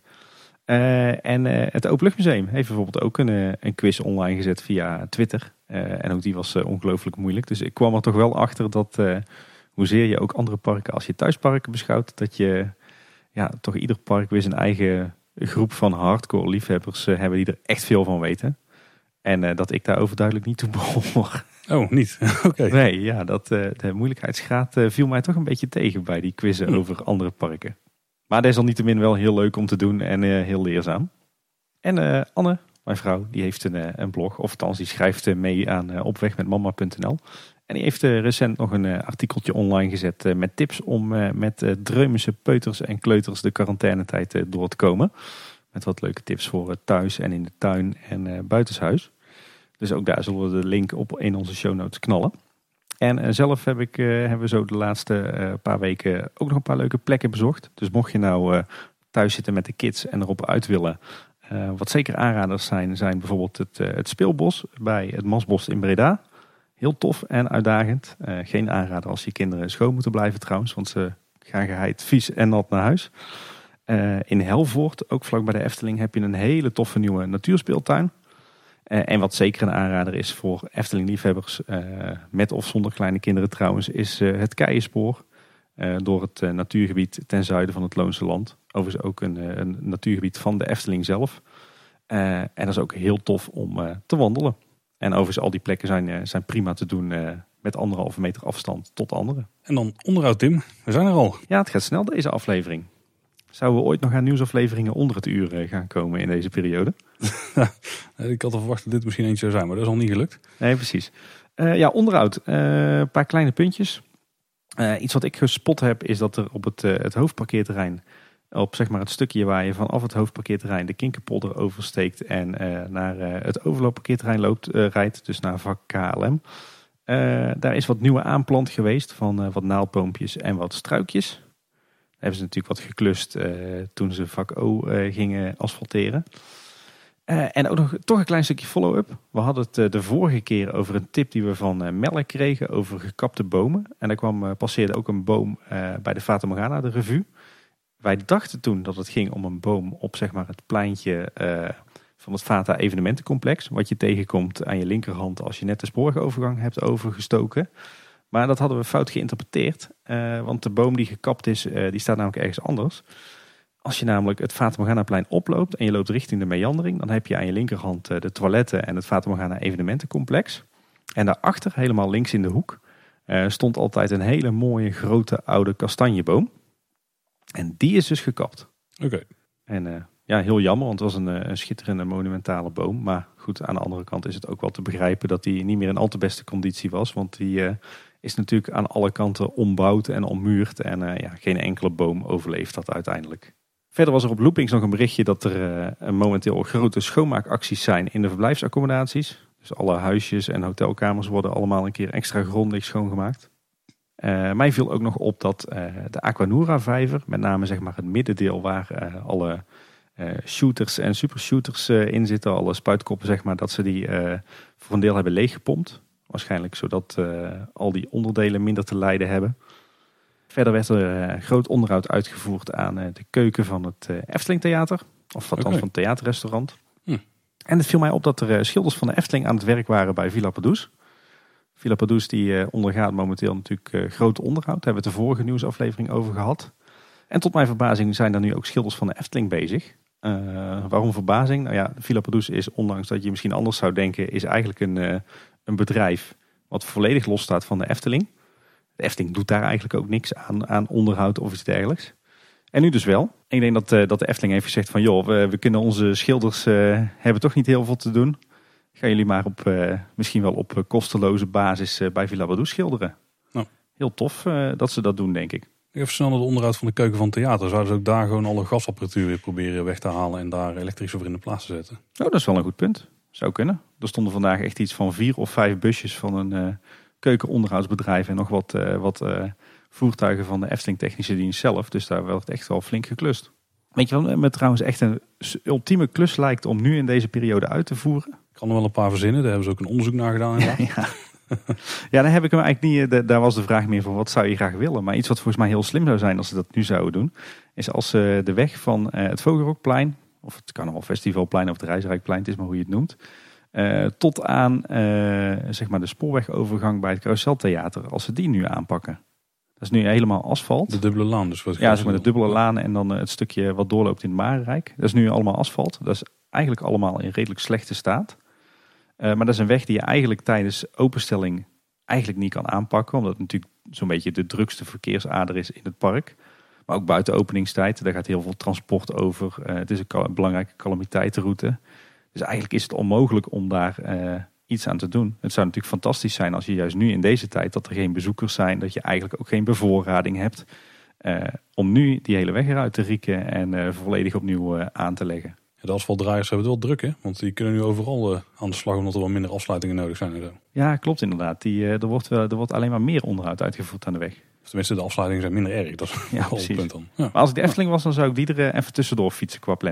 Uh, en uh, het Openluchtmuseum heeft bijvoorbeeld ook een, uh, een quiz online gezet via Twitter. Uh, en ook die was uh, ongelooflijk moeilijk. Dus ik kwam er toch wel achter dat uh, hoezeer je ook andere parken als je thuisparken beschouwt, dat je ja, toch ieder park weer zijn eigen groep van hardcore liefhebbers uh, hebben die er echt veel van weten. En uh, dat ik daar overduidelijk niet toe behoor. Oh, niet? Oké. Okay. Nee, ja, dat, uh, de moeilijkheidsgraad uh, viel mij toch een beetje tegen bij die quizzen hm. over andere parken. Maar desalniettemin wel heel leuk om te doen en uh, heel leerzaam. En uh, Anne, mijn vrouw, die heeft een, uh, een blog. Of althans, die schrijft uh, mee aan uh, opwegmetmama punt n l. En die heeft uh, recent nog een uh, artikeltje online gezet uh, met tips om uh, met uh, Dreumense peuters en kleuters de quarantainetijd uh, door te komen. Met wat leuke tips voor uh, thuis en in de tuin en uh, buitenshuis. Dus ook daar zullen we de link op in onze show notes knallen. En uh, zelf heb ik, uh, hebben we zo de laatste uh, paar weken ook nog een paar leuke plekken bezocht. Dus mocht je nou uh, thuis zitten met de kids en erop uit willen, uh, Uh, wat zeker aanraders zijn, zijn bijvoorbeeld het, uh, het speelbos bij het Masbos in Breda. Heel tof en uitdagend. Uh, geen aanrader als je kinderen schoon moeten blijven trouwens, want ze gaan geheid vies en nat naar huis. Uh, in Helvoort, ook vlak bij de Efteling, heb je een hele toffe nieuwe natuurspeeltuin. Uh, en wat zeker een aanrader is voor Efteling-liefhebbers, uh, met of zonder kleine kinderen trouwens, is uh, het Keienspoor. Uh, door het uh, natuurgebied ten zuiden van het Loonse Land. Overigens ook een, uh, een natuurgebied van de Efteling zelf. Uh, en dat is ook heel tof om uh, te wandelen. En overigens al die plekken zijn, uh, zijn prima te doen uh, met anderhalve meter afstand tot anderen. En dan onderhoud, Tim. We zijn er al. Ja, het gaat snel deze aflevering. Zouden we ooit nog aan nieuwsafleveringen onder het uur uh, gaan komen in deze periode? Ik had al verwacht dat dit misschien eentje zou zijn, maar dat is al niet gelukt. Nee, precies. Uh, ja, onderhoud. Uh, een paar kleine puntjes. Uh, iets wat ik gespot heb is dat er op het, uh, het hoofdparkeerterrein, op zeg maar het stukje waar je vanaf het hoofdparkeerterrein de Kinkerpolder oversteekt en uh, naar uh, het overloopparkeerterrein loopt, uh, rijdt, dus naar vak K L M. Uh, daar is wat nieuwe aanplant geweest van uh, wat naaldboompjes en wat struikjes. Daar hebben ze natuurlijk wat geklust uh, toen ze vak O uh, gingen asfalteren. Uh, en ook nog toch een klein stukje follow-up. We hadden het uh, de vorige keer over een tip die we van uh, Melle kregen over gekapte bomen. En daar kwam, uh, passeerde ook een boom uh, bij de Fata Morgana, de revue. Wij dachten toen dat het ging om een boom op zeg maar, het pleintje uh, van het Fata evenementencomplex. Wat je tegenkomt aan je linkerhand als je net de spoorwegovergang hebt overgestoken. Maar dat hadden we fout geïnterpreteerd. Uh, want de boom die gekapt is, uh, die staat namelijk ergens anders. Als je namelijk het Fata Morgana-plein oploopt en je loopt richting de meandering, dan heb je aan je linkerhand de toiletten en het Fata Morgana evenementencomplex. En daarachter, helemaal links in de hoek, stond altijd een hele mooie grote oude kastanjeboom. En die is dus gekapt. Oké. Okay. En uh, ja, heel jammer, want het was een, een schitterende monumentale boom. Maar goed, aan de andere kant is het ook wel te begrijpen dat die niet meer in al te beste conditie was. Want die uh, is natuurlijk aan alle kanten ombouwd en ommuurd. En uh, ja, geen enkele boom overleeft dat uiteindelijk. Verder was er op Loopings nog een berichtje dat er uh, momenteel grote schoonmaakacties zijn in de verblijfsaccommodaties. Dus alle huisjes en hotelkamers worden allemaal een keer extra grondig schoongemaakt. Uh, mij viel ook nog op dat uh, de Aquanura vijver, met name zeg maar het middendeel waar uh, alle uh, shooters en supershooters uh, in zitten, alle spuitkoppen zeg maar, dat ze die uh, voor een deel hebben leeggepompt. Waarschijnlijk zodat uh, al die onderdelen minder te lijden hebben. Verder werd er uh, groot onderhoud uitgevoerd aan uh, de keuken van het uh, Efteling Theater. Of althans okay. van het theaterrestaurant. Hm. En het viel mij op dat er uh, schilders van de Efteling aan het werk waren bij Villa Pardoes. Villa Pardoes die uh, ondergaat momenteel natuurlijk uh, groot onderhoud. Daar hebben we het de vorige nieuwsaflevering over gehad. En tot mijn verbazing zijn er nu ook schilders van de Efteling bezig. Uh, waarom verbazing? Nou ja, Villa Pardoes is, ondanks dat je misschien anders zou denken, is eigenlijk een, uh, een bedrijf wat volledig los staat van de Efteling. De Efteling doet daar eigenlijk ook niks aan, aan onderhoud of iets dergelijks. En nu dus wel. En ik denk dat, uh, dat de Efteling heeft gezegd van joh, we, we kunnen onze schilders uh, hebben toch niet heel veel te doen. Gaan jullie maar op uh, misschien wel op kosteloze basis uh, bij Villa Pardoes schilderen. Nou. Heel tof uh, dat ze dat doen, denk ik. Even snel naar het onderhoud van de keuken van het theater. Zouden ze ook daar gewoon alle gasapparatuur weer proberen weg te halen en daar elektrisch over in de plaats te zetten? Oh, dat is wel een goed punt. Zou kunnen. Er stonden vandaag echt iets van vier of vijf busjes van een uh, keukenonderhoudsbedrijf en nog wat, uh, wat uh, voertuigen van de Efteling Technische Dienst zelf. Dus daar werd echt wel flink geklust. Weet je wat me trouwens echt een ultieme klus lijkt om nu in deze periode uit te voeren? Ik kan er wel een paar verzinnen. Daar hebben ze ook een onderzoek naar gedaan. Ja, ja. ja, daar heb ik hem eigenlijk niet. Daar was de vraag meer van wat zou je graag willen. Maar iets wat volgens mij heel slim zou zijn als ze dat nu zouden doen. Is als ze de weg van het Vogelrokplein, of het Carnavalfestivalplein of het Reisrijkplein, het is maar hoe je het noemt. Uh, tot aan uh, zeg maar de spoorwegovergang bij het Carouseltheater. Als ze die nu aanpakken. Dat is nu helemaal asfalt. De dubbele laan dus. Wat ja, zeg maar de dubbele laan en dan het stukje wat doorloopt in het Marenrijk. Dat is nu allemaal asfalt. Dat is eigenlijk allemaal in redelijk slechte staat. Uh, maar dat is een weg die je eigenlijk tijdens openstelling eigenlijk niet kan aanpakken. Omdat het natuurlijk zo'n beetje de drukste verkeersader is in het park. Maar ook buiten openingstijd. Daar gaat heel veel transport over. Uh, het is een kal- belangrijke calamiteitenroute. Dus eigenlijk is het onmogelijk om daar uh, iets aan te doen. Het zou natuurlijk fantastisch zijn als je juist nu in deze tijd dat er geen bezoekers zijn. Dat je eigenlijk ook geen bevoorrading hebt. Uh, om nu die hele weg eruit te rieken en uh, volledig opnieuw uh, aan te leggen. Ja, de asfaltdraaiers hebben het wel druk, hè? Want die kunnen nu overal uh, aan de slag omdat er wel minder afsluitingen nodig zijn. En zo. Ja, klopt inderdaad. Die, uh, er, wordt, uh, er wordt alleen maar meer onderhoud uitgevoerd aan de weg. Of tenminste, de afsluitingen zijn minder erg. Dat is ja, wel het punt dan. Ja. Maar als ik de Efteling was, dan zou ik die er uh, even tussendoor fietsen qua planning.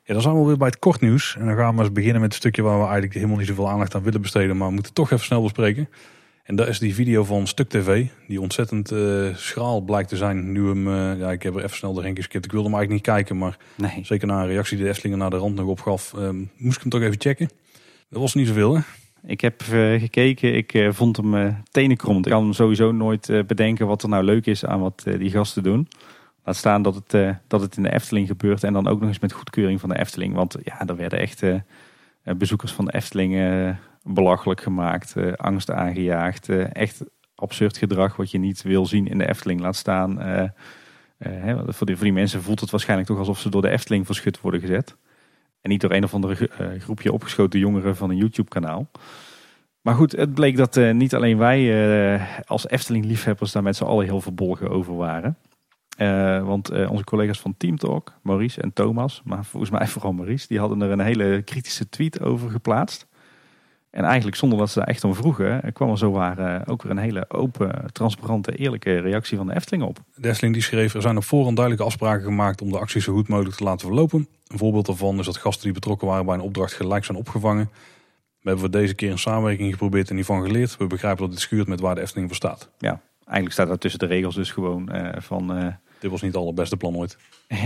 Ja, dan zijn we weer bij het kort nieuws. En dan gaan we eens beginnen met het stukje waar we eigenlijk helemaal niet zoveel aandacht aan willen besteden. Maar we moeten toch even snel bespreken. En dat is die video van Stuk T V. Die ontzettend uh, schraal blijkt te zijn. Nu hem, uh, ja, ik heb er even snel doorheen geskipt. Ik wilde hem eigenlijk niet kijken. Maar Nee. zeker na een reactie die de Efteling naar de rand nog opgaf. Uh, moest ik hem toch even checken. Dat was niet zoveel, hè? Ik heb uh, gekeken, ik uh, vond hem uh, tenenkrommend. Ik kan hem sowieso nooit uh, bedenken wat er nou leuk is aan wat uh, die gasten doen. Laat staan dat het, uh, dat het in de Efteling gebeurt en dan ook nog eens met goedkeuring van de Efteling. Want ja, er werden echt uh, bezoekers van de Efteling uh, belachelijk gemaakt, uh, angst aangejaagd. Uh, echt absurd gedrag wat je niet wil zien in de Efteling. Laat staan, uh, uh, hè, voor, die, voor die mensen voelt het waarschijnlijk toch alsof ze door de Efteling verschut worden gezet. En niet door een of andere uh, groepje opgeschoten jongeren van een YouTube kanaal. Maar goed, het bleek dat uh, niet alleen wij uh, als Efteling-liefhebbers daar met z'n allen heel verbolgen over waren. Uh, want uh, onze collega's van Team Talk, Maurice en Thomas, maar volgens mij vooral Maurice, die hadden er een hele kritische tweet over geplaatst. En eigenlijk zonder dat ze daar echt om vroegen, kwam er zowaar uh, ook weer een hele open, transparante, eerlijke reactie van de Efteling op. De Efteling die schreef, er zijn op voorhand duidelijke afspraken gemaakt om de actie zo goed mogelijk te laten verlopen. Een voorbeeld daarvan is dat gasten die betrokken waren bij een opdracht gelijk zijn opgevangen. We hebben voor deze keer een samenwerking geprobeerd en hiervan geleerd. We begrijpen dat dit schuurt met waar de Efteling voor staat. Ja, eigenlijk staat daar tussen de regels dus gewoon uh, van... Uh, Dit was niet het allerbeste plan ooit.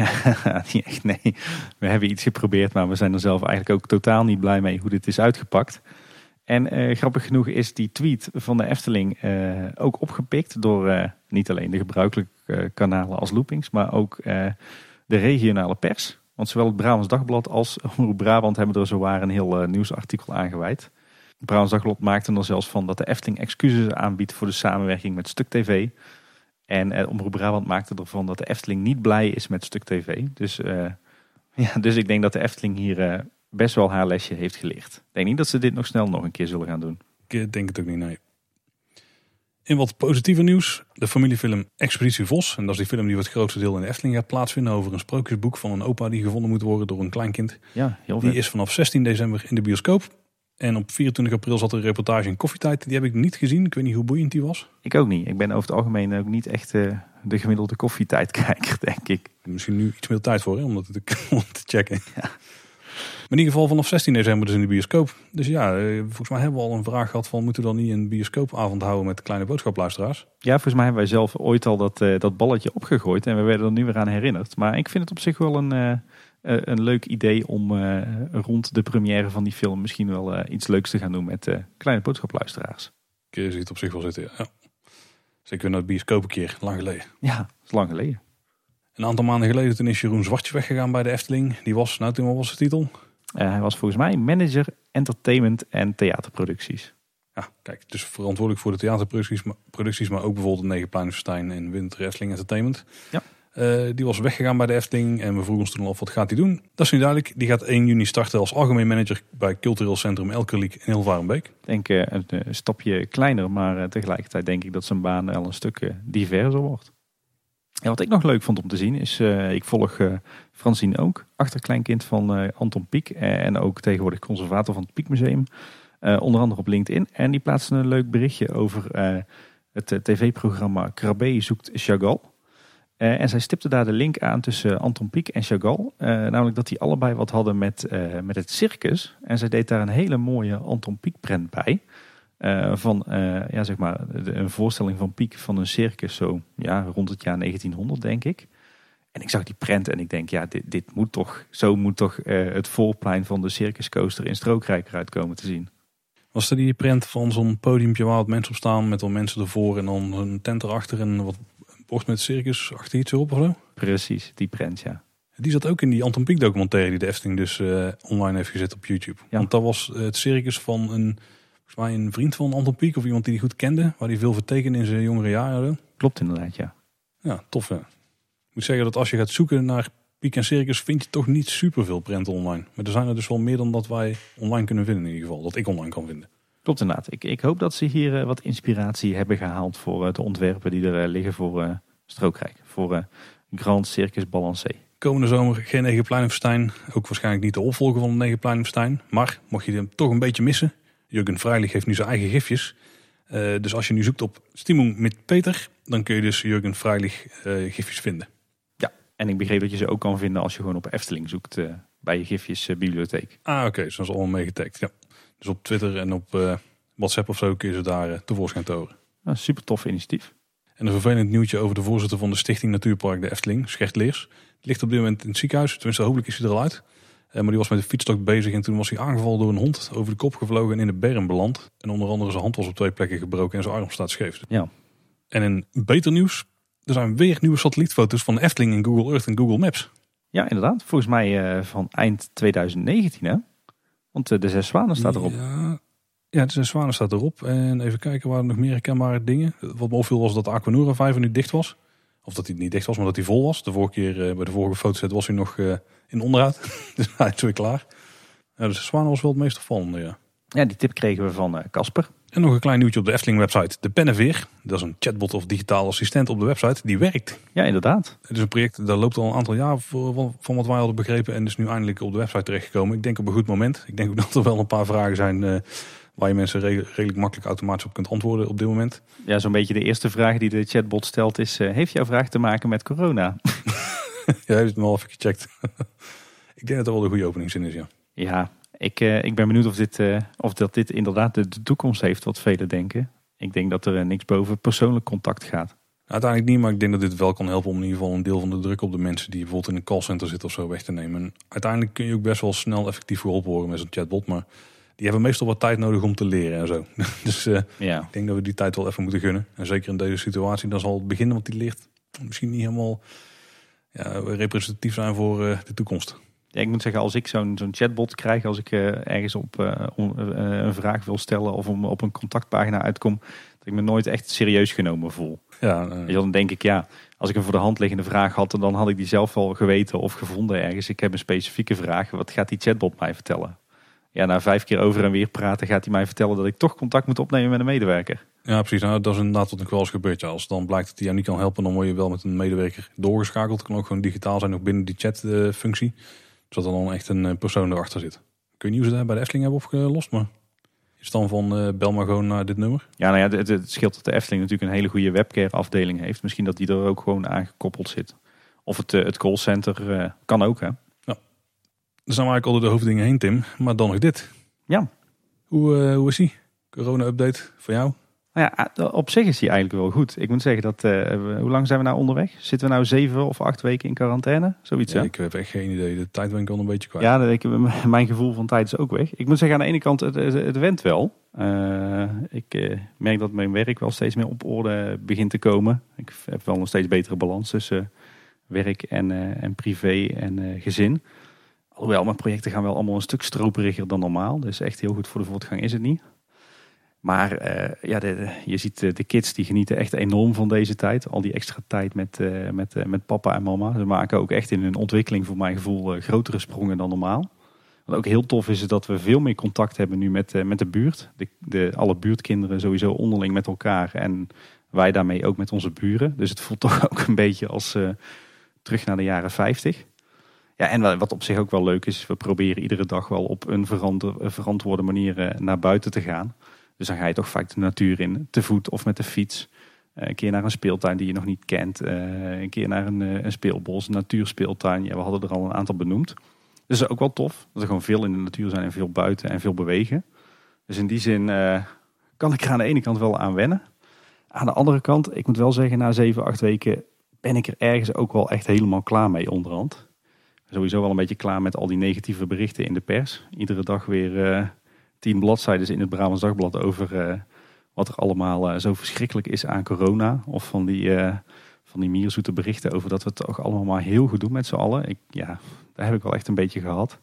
Ja, niet echt, nee. We hebben iets geprobeerd, maar we zijn er zelf eigenlijk ook totaal niet blij mee hoe dit is uitgepakt. En uh, grappig genoeg is die tweet van de Efteling uh, ook opgepikt door uh, niet alleen de gebruikelijke uh, kanalen als Loopings, maar ook uh, de regionale pers. Want zowel het Brabants Dagblad als Omroep Brabant hebben er zowaar een heel uh, nieuwsartikel aangewijd. Het Brabants Dagblad maakte er zelfs van dat de Efteling excuses aanbiedt voor de samenwerking met Stuk T V. En uh, Omroep Brabant maakte ervan dat de Efteling niet blij is met Stuk T V. Dus, uh, ja, dus ik denk dat de Efteling hier uh, best wel haar lesje heeft geleerd. Ik denk niet dat ze dit nog snel nog een keer zullen gaan doen. Ik denk het ook niet, nee. In wat positiever nieuws, de familiefilm Expeditie Vos. En dat is die film die voor het grootste deel in de Efteling gaat plaatsvinden over een sprookjesboek van een opa die gevonden moet worden door een kleinkind. Ja, heel vet. Die is vanaf zestien december in de bioscoop. En op vierentwintig april zat er een reportage in Koffietijd. Die heb ik niet gezien. Ik weet niet hoe boeiend die was. Ik ook niet. Ik ben over het algemeen ook niet echt uh, de gemiddelde koffietijdkijker, denk ik. Misschien nu iets meer tijd voor, hè, om dat te, om te checken. Ja. Maar in ieder geval vanaf zestien december dus in de bioscoop. Dus ja, volgens mij hebben we al een vraag gehad van... moeten we dan niet een bioscoopavond houden met de Kleine Boodschapluisteraars? Ja, volgens mij hebben wij zelf ooit al dat, uh, dat balletje opgegooid. En we werden er nu weer aan herinnerd. Maar ik vind het op zich wel een, uh, een leuk idee om uh, rond de première van die film... misschien wel uh, iets leuks te gaan doen met uh, Kleine Boodschapluisteraars. Ik zie het op zich wel zitten, ja. Zeker naar de bioscoop een keer, lang geleden. Ja, dat is lang geleden. Een aantal maanden geleden toen is Jeroen Zwartje weggegaan bij de Efteling. Die was, nou toen wat was de titel? Uh, hij was volgens mij manager entertainment en theaterproducties. Ja, kijk, dus verantwoordelijk voor de theaterproducties, maar, producties, maar ook bijvoorbeeld het Negenpleinenfestijn en Winter Efteling Entertainment. Ja. Uh, die was weggegaan bij de Efteling en we vroegen ons toen al af, wat gaat hij doen? Dat is nu duidelijk. Die gaat één juni starten als algemeen manager bij Cultureel Centrum Elkerliek in Hilvarenbeek. Ik denk uh, een, een stapje kleiner, maar uh, tegelijkertijd denk ik dat zijn baan al een stuk uh, diverser wordt. En wat ik nog leuk vond om te zien is, uh, ik volg uh, Francine ook, achterkleinkind van uh, Anton Pieck uh, en ook tegenwoordig conservator van het Pieckmuseum. Uh, onder andere op LinkedIn. En die plaatste een leuk berichtje over uh, het uh, tv-programma Crabbe zoekt Chagall. Uh, en zij stipte daar de link aan tussen Anton Pieck en Chagall. Uh, namelijk dat die allebei wat hadden met, uh, met het circus. En zij deed daar een hele mooie Anton Pieck prent bij. Uh, van uh, ja, zeg maar, de, een voorstelling van Pieck van een circus zo ja, rond het jaar negentienhonderd denk ik. En ik zag die prent en ik denk ja, dit, dit moet toch, zo moet toch uh, het voorplein van de circuscoaster in Strookrijk eruit komen te zien. Was er die prent van zo'n podiumpje waar wat mensen op staan met wat mensen ervoor en dan een tent erachter en wat bord met circus achter iets erop of zo? Precies, die prent, ja. Die zat ook in die Anton Pieck documentaire die de Efteling dus uh, online heeft gezet op YouTube. Ja. Want dat was het circus van een, volgens mij een vriend van Anton Pieck of iemand die die goed kende, waar hij veel vertekende in zijn jongere jaren. Klopt inderdaad, ja. Ja, tof ja. Ik moet zeggen dat als je gaat zoeken naar Pieck en circus vind je toch niet superveel prenten online. Maar er zijn er dus wel meer dan dat wij online kunnen vinden in ieder geval. Dat ik online kan vinden. Klopt inderdaad. Ik, ik hoop dat ze hier uh, wat inspiratie hebben gehaald voor uh, de ontwerpen die er uh, liggen voor uh, Strookrijk. Voor uh, Grand Circus Balancé. Komende zomer geen Negenpleinenfestijn. Ook waarschijnlijk niet de opvolger van het Negenpleinenfestijn. Maar mocht je hem toch een beetje missen. Jurgen Freilich heeft nu zijn eigen gifjes. Uh, dus als je nu zoekt op Stimmung mit Peter. Dan kun je dus Jurgen Freilich uh, gifjes vinden. Ja, en ik begreep dat je ze ook kan vinden als je gewoon op Efteling zoekt uh, bij je gifjesbibliotheek. Ah, oké. Okay. Dus dat is allemaal meegetagd. Ja. Dus op Twitter en op uh, WhatsApp of zo kun je ze daar uh, tevoorschijn tonen. Een super tof initiatief. En een vervelend nieuwtje over de voorzitter van de Stichting Natuurpark de Efteling, Gert Leers. Die ligt op dit moment in het ziekenhuis. Tenminste, hopelijk is hij er al uit. Uh, maar die was met de fietstocht bezig en toen was hij aangevallen door een hond. Over de kop gevlogen en in de berm beland. En onder andere zijn hand was op twee plekken gebroken en zijn arm staat scheef. Ja. En in beter nieuws, er zijn weer nieuwe satellietfoto's van de Efteling in Google Earth en Google Maps. Ja, inderdaad. Volgens mij uh, van eind twintig negentien, hè? Want uh, de Zes Zwanen staat erop. Ja, ja, de Zes Zwanen staat erop. En even kijken, waren er nog meer herkenbare dingen. Wat me opviel was dat de Aquanura vijver nu dicht was. Of dat hij niet dicht was, maar dat hij vol was. De vorige keer, uh, bij de vorige fotoset, was hij nog uh, in onderhoud. Dus hij is weer klaar. Ja, de Zes Zwanen was wel het meest opvallende, ja. Ja, die tip kregen we van Casper. Uh, en nog een klein nieuwtje op de Efteling-website. De Penneveer, dat is een chatbot of digitaal assistent op de website, die werkt. Ja, inderdaad. Het is een project, dat loopt al een aantal jaar van wat wij hadden begrepen. En is nu eindelijk op de website terechtgekomen. Ik denk op een goed moment. Ik denk ook dat er wel een paar vragen zijn uh, waar je mensen re- redelijk makkelijk automatisch op kunt antwoorden op dit moment. Ja, zo'n beetje de eerste vraag die de chatbot stelt is, uh, heeft jouw vraag te maken met corona? Ja, heeft het me al even gecheckt. Ik denk dat er wel een goede openingszin is, ja. Ja. Ik, uh, ik ben benieuwd of, dit, uh, of dat dit inderdaad de, de toekomst heeft, wat velen denken. Ik denk dat er uh, niks boven persoonlijk contact gaat. Uiteindelijk niet, maar ik denk dat dit wel kan helpen om in ieder geval een deel van de druk op de mensen die bijvoorbeeld in een callcenter zitten of zo weg te nemen. En uiteindelijk kun je ook best wel snel effectief geholpen worden met zo'n chatbot, maar die hebben meestal wat tijd nodig om te leren en zo. Dus uh, ja. Ik denk dat we die tijd wel even moeten gunnen. En zeker in deze situatie, dan zal het beginnen, want die ligt misschien niet helemaal ja, representatief zijn voor uh, de toekomst. Ja, ik moet zeggen, als ik zo'n, zo'n chatbot krijg, als ik uh, ergens op uh, om, uh, een vraag wil stellen of om, op een contactpagina uitkom, dat ik me nooit echt serieus genomen voel. Ja, uh, dus dan denk ik, ja, als ik een voor de hand liggende vraag had, dan had ik die zelf wel geweten of gevonden ergens. Ik heb een specifieke vraag, wat gaat die chatbot mij vertellen? Ja, na vijf keer over en weer praten gaat hij mij vertellen dat ik toch contact moet opnemen met een medewerker. Ja, precies. Nou, dat is inderdaad wat nog wel eens gebeurt. Ja. Als dan blijkt dat hij jou niet kan helpen, dan word je wel met een medewerker doorgeschakeld. Het kan ook gewoon digitaal zijn, nog binnen die chatfunctie. Uh, Zodat er dan echt een persoon erachter zit. Ik weet niet hoe ze dat bij de Efteling hebben opgelost, maar is het dan van uh, bel maar gewoon naar dit nummer? Ja, nou ja, het, het scheelt dat de Efteling natuurlijk een hele goede webcare afdeling heeft. Misschien dat die er ook gewoon aangekoppeld zit. Of het, uh, het callcenter uh, kan ook, hè? Ja. Dan zijn we eigenlijk al door de hoofddingen heen, Tim. Maar dan nog dit. Ja. Hoe, uh, hoe is die? Corona-update voor jou? Nou ja, op zich is die eigenlijk wel goed. Ik moet zeggen dat, uh, we, hoe lang zijn we nou onderweg? Zitten we nou zeven of acht weken in quarantaine? Zoiets, ja, hè? Ik heb echt geen idee. De tijd ben ik al een beetje kwijt. Ja, ik, mijn gevoel van tijd is ook weg. Ik moet zeggen, aan de ene kant, het, het, het went wel. Uh, ik uh, merk dat mijn werk wel steeds meer op orde begint te komen. Ik heb wel een steeds betere balans tussen uh, werk en, uh, en privé en uh, gezin. Alhoewel, mijn projecten gaan wel allemaal een stuk stroperiger dan normaal. Dus echt heel goed voor de voortgang is het niet. Maar uh, ja, de, de, je ziet uh, de kids die genieten echt enorm van deze tijd. Al die extra tijd met, uh, met, uh, met papa en mama. Ze maken ook echt in hun ontwikkeling voor mijn gevoel uh, grotere sprongen dan normaal. Wat ook heel tof is, is dat we veel meer contact hebben nu met, uh, met de buurt. De, de, alle buurtkinderen sowieso onderling met elkaar. En wij daarmee ook met onze buren. Dus het voelt toch ook een beetje als uh, terug naar de jaren vijftig. Ja, en wat op zich ook wel leuk is, we proberen iedere dag wel op een verantwoorde manier uh, naar buiten te gaan. Dus dan ga je toch vaak de natuur in, te voet of met de fiets. Uh, een keer naar een speeltuin die je nog niet kent. Uh, een keer naar een, uh, een speelbos, een natuurspeeltuin. Ja, we hadden er al een aantal benoemd. Dus dat is ook wel tof. Dat er gewoon veel in de natuur zijn en veel buiten en veel bewegen. Dus in die zin uh, kan ik er aan de ene kant wel aan wennen. Aan de andere kant, ik moet wel zeggen, na zeven, acht weken ben ik er ergens ook wel echt helemaal klaar mee onderhand. Sowieso wel een beetje klaar met al die negatieve berichten in de pers. Iedere dag weer uh, tien bladzijden in het Brabants Dagblad over uh, wat er allemaal uh, zo verschrikkelijk is aan corona. Of van die, uh, van die mierzoete berichten over dat we het toch allemaal maar heel goed doen met z'n allen. Ik, ja, daar heb ik wel echt een beetje gehad.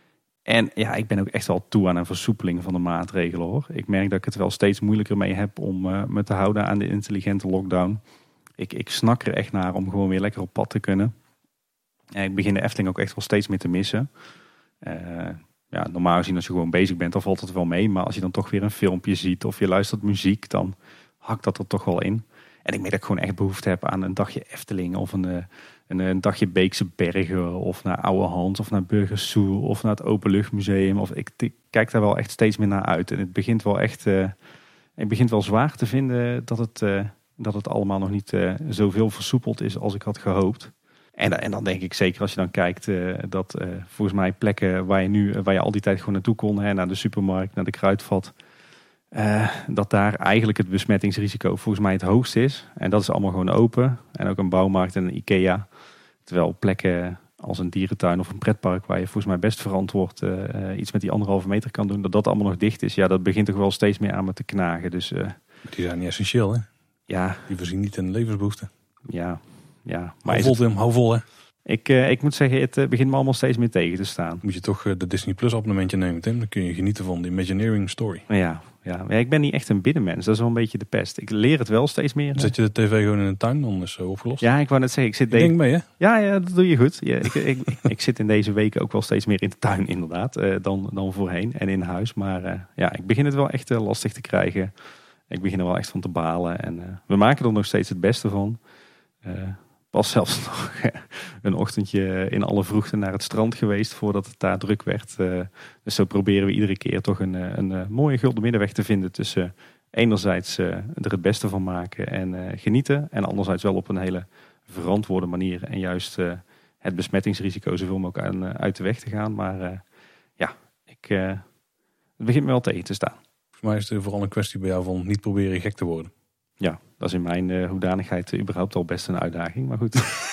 En ja, ik ben ook echt wel toe aan een versoepeling van de maatregelen, hoor. Ik merk dat ik het wel steeds moeilijker mee heb om uh, me te houden aan de intelligente lockdown. Ik, ik snak er echt naar om gewoon weer lekker op pad te kunnen. En ik begin de Efteling ook echt wel steeds meer te missen. Uh, ja, normaal gezien als je gewoon bezig bent, dan valt het wel mee. Maar als je dan toch weer een filmpje ziet of je luistert muziek, dan hakt dat er toch wel in. En ik merk dat ik gewoon echt behoefte heb aan een dagje Efteling of een, een, een dagje Beekse Bergen of naar Oude Hans of naar Burgersoe of naar het Openluchtmuseum. Of ik, ik kijk daar wel echt steeds meer naar uit. En het begint wel echt, uh, het begint wel zwaar te vinden dat het, uh, dat het allemaal nog niet uh, zoveel versoepeld is als ik had gehoopt. En, en dan denk ik zeker als je dan kijkt uh, dat uh, volgens mij plekken waar je nu, waar je al die tijd gewoon naartoe kon, hè, naar de supermarkt, naar de kruidvat, uh, dat daar eigenlijk het besmettingsrisico volgens mij het hoogst is. En dat is allemaal gewoon open. En ook een bouwmarkt en een IKEA. Terwijl plekken als een dierentuin of een pretpark waar je volgens mij best verantwoord uh, iets met die anderhalve meter kan doen, dat dat allemaal nog dicht is. Ja, dat begint toch wel steeds meer aan me te knagen. Dus, uh, die zijn niet essentieel, hè? Ja. Die voorzien niet in levensbehoeften. Ja, ja. Maar hou vol, Tim, hou vol, hè? Ik, uh, ik moet zeggen, het uh, begint me allemaal steeds meer tegen te staan. Moet je toch uh, de Disney Plus abonnementje nemen, Tim? Dan kun je genieten van de Imagineering Story. Ja, ja. ja, ik ben niet echt een binnenmens. Dat is wel een beetje de pest. Ik leer het wel steeds meer. Zet je de tv gewoon in de tuin, dan is het zo opgelost. Ja, ik wou net zeggen. Ik zit je denkt mee, hè? Ja, ja, dat doe je goed. Ja, ik, ik, ik, ik zit in deze weken ook wel steeds meer in de tuin, inderdaad. Uh, dan, dan voorheen en in huis. Maar uh, ja, ik begin het wel echt uh, lastig te krijgen. Ik begin er wel echt van te balen. En uh, we maken er nog steeds het beste van. Uh, Pas zelfs nog een ochtendje in alle vroegte naar het strand geweest voordat het daar druk werd. Uh, dus zo proberen we iedere keer toch een, een, een mooie gulden middenweg te vinden tussen uh, enerzijds uh, er het beste van maken en uh, genieten. En anderzijds wel op een hele verantwoorde manier en juist uh, het besmettingsrisico zoveel mogelijk aan, uh, uit de weg te gaan. Maar uh, ja, ik, uh, het begint me wel tegen te staan. Voor mij is het vooral een kwestie bij jou van niet proberen gek te worden. Ja, dat is in mijn uh, hoedanigheid uh, überhaupt al best een uitdaging, maar goed.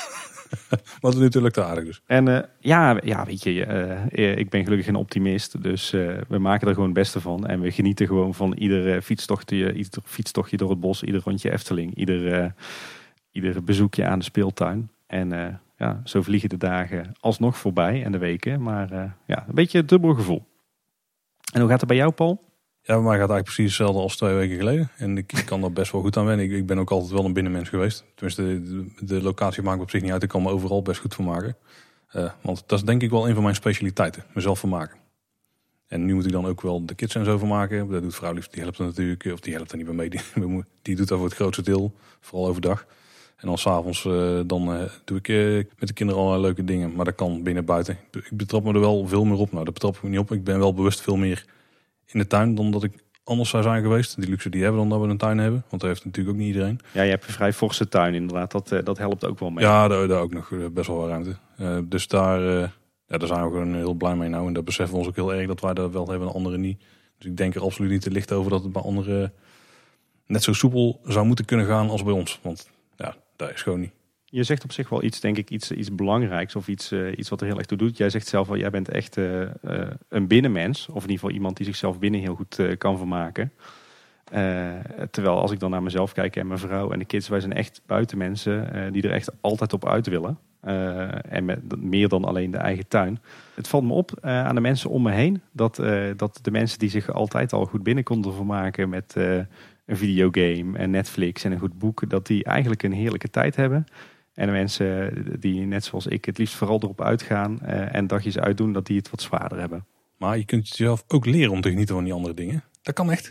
Maar tot nu toe lukt het aardig dus. En uh, ja, ja, weet je, uh, ik ben gelukkig een optimist, dus uh, we maken er gewoon het beste van. En we genieten gewoon van ieder uh, fietstochtje, ieder fietstochtje door het bos, ieder rondje Efteling, ieder, uh, ieder bezoekje aan de speeltuin. En uh, ja, zo vliegen de dagen alsnog voorbij en de weken, maar uh, ja, een beetje een dubbel gevoel. En hoe gaat het bij jou, Paul? Ja, bij mij gaat het eigenlijk precies hetzelfde als twee weken geleden. En ik kan er best wel goed aan wennen. Ik, ik ben ook altijd wel een binnenmens geweest. Tenminste, de, de locatie maakt me op zich niet uit. Ik kan me overal best goed van maken. Uh, want dat is denk ik wel een van mijn specialiteiten. Mezelf van maken. En nu moet ik dan ook wel de kids en zo van maken. Dat doet vrouw lief. Die helpt er natuurlijk. Of die helpt er niet bij mee. Die, die doet dat voor het grootste deel. Vooral overdag. En dan s'avonds uh, dan uh, doe ik uh, met de kinderen allerlei leuke dingen. Maar dat kan binnen buiten. Ik betrap me er wel veel meer op. Nou, dat betrap ik me niet op. Ik ben wel bewust veel meer in de tuin dan dat ik anders zou zijn geweest. Die luxe die hebben dan dat we een tuin hebben. Want dat heeft natuurlijk ook niet iedereen. Ja, je hebt een vrij forse tuin inderdaad. Dat, uh, dat helpt ook wel mee. Ja, daar, daar ook nog best wel wat ruimte. Uh, dus daar, uh, ja, daar zijn we gewoon heel blij mee nou. En dat beseffen we ons ook heel erg dat wij dat wel hebben en anderen niet. Dus ik denk er absoluut niet te licht over dat het bij anderen net zo soepel zou moeten kunnen gaan als bij ons. Want ja, dat is gewoon niet. Je zegt op zich wel iets, denk ik, iets, iets belangrijks of iets, uh, iets wat er heel erg toe doet. Jij zegt zelf wel, jij bent echt uh, uh, een binnenmens. Of in ieder geval iemand die zichzelf binnen heel goed uh, kan vermaken. Uh, terwijl als ik dan naar mezelf kijk en mijn vrouw en de kids, wij zijn echt buitenmensen uh, die er echt altijd op uit willen. Uh, en met, meer dan alleen de eigen tuin. Het valt me op uh, aan de mensen om me heen. Dat, uh, dat de mensen die zich altijd al goed binnen konden vermaken met uh, een videogame en Netflix en een goed boek. Dat die eigenlijk een heerlijke tijd hebben. En de mensen die net zoals ik het liefst vooral erop uitgaan uh, en dagjes uitdoen, dat die het wat zwaarder hebben. Maar je kunt jezelf ook leren om te genieten van die andere dingen. Dat kan echt.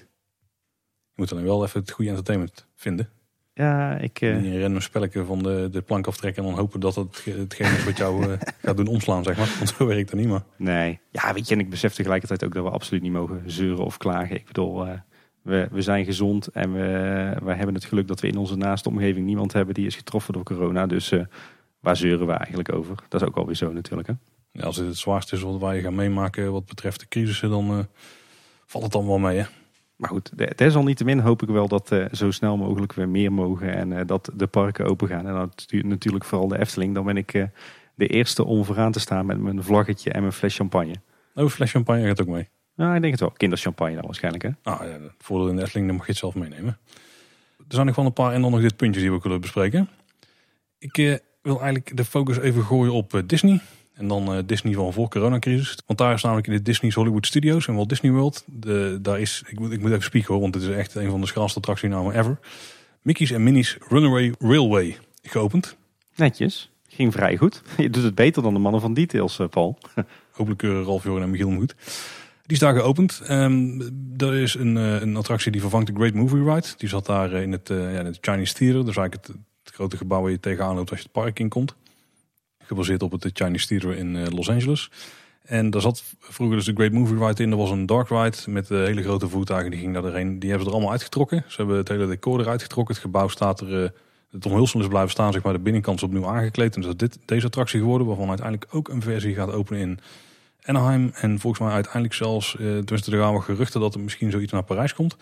Je moet alleen wel even het goede entertainment vinden. Ja, ik... Uh... Een random spelletje van de, de plank aftrekken en dan hopen dat het hetgeen is wat jou uh, gaat doen omslaan, zeg maar. Want zo werkt dat niet, maar. Nee. Ja, weet je, en ik besef tegelijkertijd ook dat we absoluut niet mogen zeuren of klagen. Ik bedoel, uh, we, we zijn gezond en we, we hebben het geluk dat we in onze naaste omgeving niemand hebben die is getroffen door corona. Dus uh, waar zeuren we eigenlijk over? Dat is ook alweer zo natuurlijk, hè? Ja, als het het zwaarste is wat wij gaan meemaken wat betreft de crisissen, dan uh, valt het dan wel mee, hè? Maar goed, desalniettemin hoop ik wel dat uh, zo snel mogelijk we meer mogen en uh, dat de parken open gaan. En dan natuurlijk vooral de Efteling. Dan ben ik uh, de eerste om vooraan te staan met mijn vlaggetje en mijn fles champagne. Oh, fles champagne gaat ook mee? Nou, ik denk het wel. Kinderchampagne dan waarschijnlijk, hè? Ah, ja, het voordeel in de Efteling, dan mag je het zelf meenemen. Er zijn nog wel een paar en dan nog dit puntjes die we willen bespreken. Ik uh, wil eigenlijk de focus even gooien op uh, Disney. En dan uh, Disney van voor coronacrisis. Want daar is namelijk in de Disney's Hollywood Studios en Walt Disney World. De, daar is, ik moet, ik moet even spieken hoor, want dit is echt een van de schraalste attractienamen ever. Mickey's en Minnie's Runaway Railway geopend. Netjes. Ging vrij goed. Je doet het beter dan de mannen van Details, Paul. Hopelijk uh, Ralf, Joren en Michiel goed. Die is daar geopend. Um, er is een, uh, een attractie die vervangt de Great Movie Ride. Die zat daar uh, in, het, uh, ja, in het Chinese Theater. Dus eigenlijk het, het grote gebouw waar je tegenaan loopt als je het park in komt. Gebaseerd op het Chinese Theater in uh, Los Angeles. En daar zat vroeger dus de Great Movie Ride in. Er was een dark ride met uh, hele grote voertuigen. Die ging daar doorheen. Die hebben ze er allemaal uitgetrokken. Ze hebben het hele decor eruit getrokken. Het gebouw staat er uh, het omhulsel is blijven staan, zeg maar, de binnenkant is opnieuw aangekleed. En dat is dit, deze attractie geworden, waarvan uiteindelijk ook een versie gaat openen in Anaheim. En volgens mij uiteindelijk zelfs, uh, tenminste er gaan wel geruchten dat er misschien zoiets naar Parijs komt.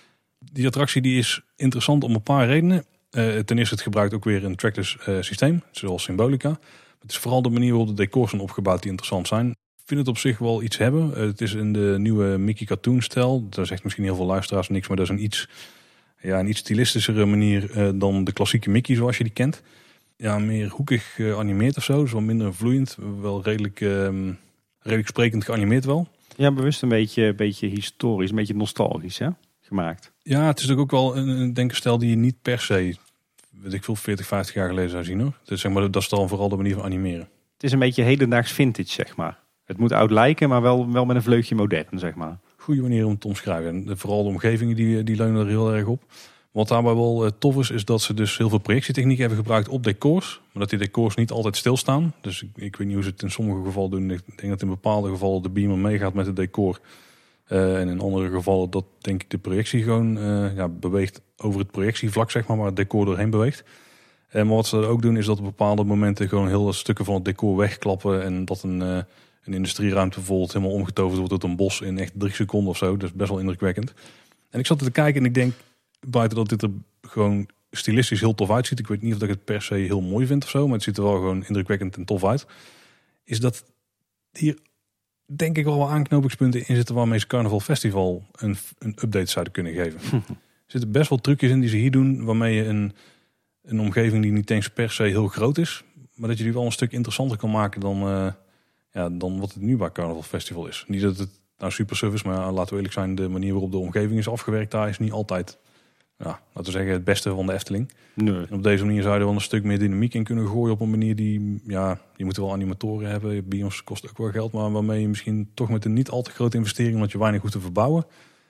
Die attractie die is interessant om een paar redenen. Uh, ten eerste, het gebruikt ook weer een trackless uh, systeem, zoals Symbolica. Het is vooral de manier waarop de decors zijn opgebouwd die interessant zijn. Ik vind het op zich wel iets hebben. Uh, het is in de nieuwe Mickey Cartoon stijl. Daar zegt misschien heel veel luisteraars niks, maar dat is een iets, ja, een iets stilistischere manier uh, dan de klassieke Mickey zoals je die kent. Ja, meer hoekig geanimeerd of zo. Dus wat minder vloeiend. Wel redelijk, uh, redelijk sprekend geanimeerd wel. Ja, bewust een beetje, beetje historisch, een beetje nostalgisch, hè? Gemaakt. Ja, het is natuurlijk ook wel een, een denkenstijl die je niet per se, weet ik veel, veertig, vijftig jaar geleden zou zien, hoor. Dus zeg maar, dat is dan vooral de manier van animeren. Het is een beetje hedendaags vintage, zeg maar. Het moet oud lijken, maar wel, wel met een vleugje modern, zeg maar. Goede manier om het te omschrijven. En vooral de omgevingen, die, die leunen er heel erg op. Wat daarbij wel uh, tof is, is dat ze dus heel veel projectietechniek hebben gebruikt op decors. Maar dat die decors niet altijd stilstaan. Dus ik, ik weet niet hoe ze het in sommige gevallen doen. Ik denk dat in bepaalde gevallen de beamer meegaat met het decor. Uh, en in andere gevallen dat denk ik de projectie gewoon uh, ja, beweegt over het projectievlak, zeg maar, waar het decor doorheen beweegt. Uh, maar wat ze ook doen is dat op bepaalde momenten gewoon heel stukken van het decor wegklappen. En dat een, uh, een industrieruimte bijvoorbeeld helemaal omgetoverd wordt tot een bos in echt drie seconden of zo. Dat is best wel indrukwekkend. En ik zat er te kijken en ik denk, buiten dat dit er gewoon stilistisch heel tof uitziet. Ik weet niet of ik het per se heel mooi vind of zo, maar het ziet er wel gewoon indrukwekkend en tof uit. Is dat hier denk ik wel wel aanknopingspunten in zitten waarmee ze Carnival Festival een, een update zouden kunnen geven. Er zitten best wel trucjes in die ze hier doen, waarmee je een, een omgeving die niet eens per se heel groot is, maar dat je die wel een stuk interessanter kan maken dan, uh, ja, dan wat het nu bij Carnival Festival is. Niet dat het nou super service, maar laten we eerlijk zijn, de manier waarop de omgeving is afgewerkt daar is niet altijd, ja, laten we zeggen, het beste van de Efteling. Nee. En op deze manier zou je er wel een stuk meer dynamiek in kunnen gooien op een manier die, ja, je moet wel animatoren hebben. Bios kost ook wel geld, maar waarmee je misschien toch met een niet al te grote investering, want je weinig hoeft te verbouwen,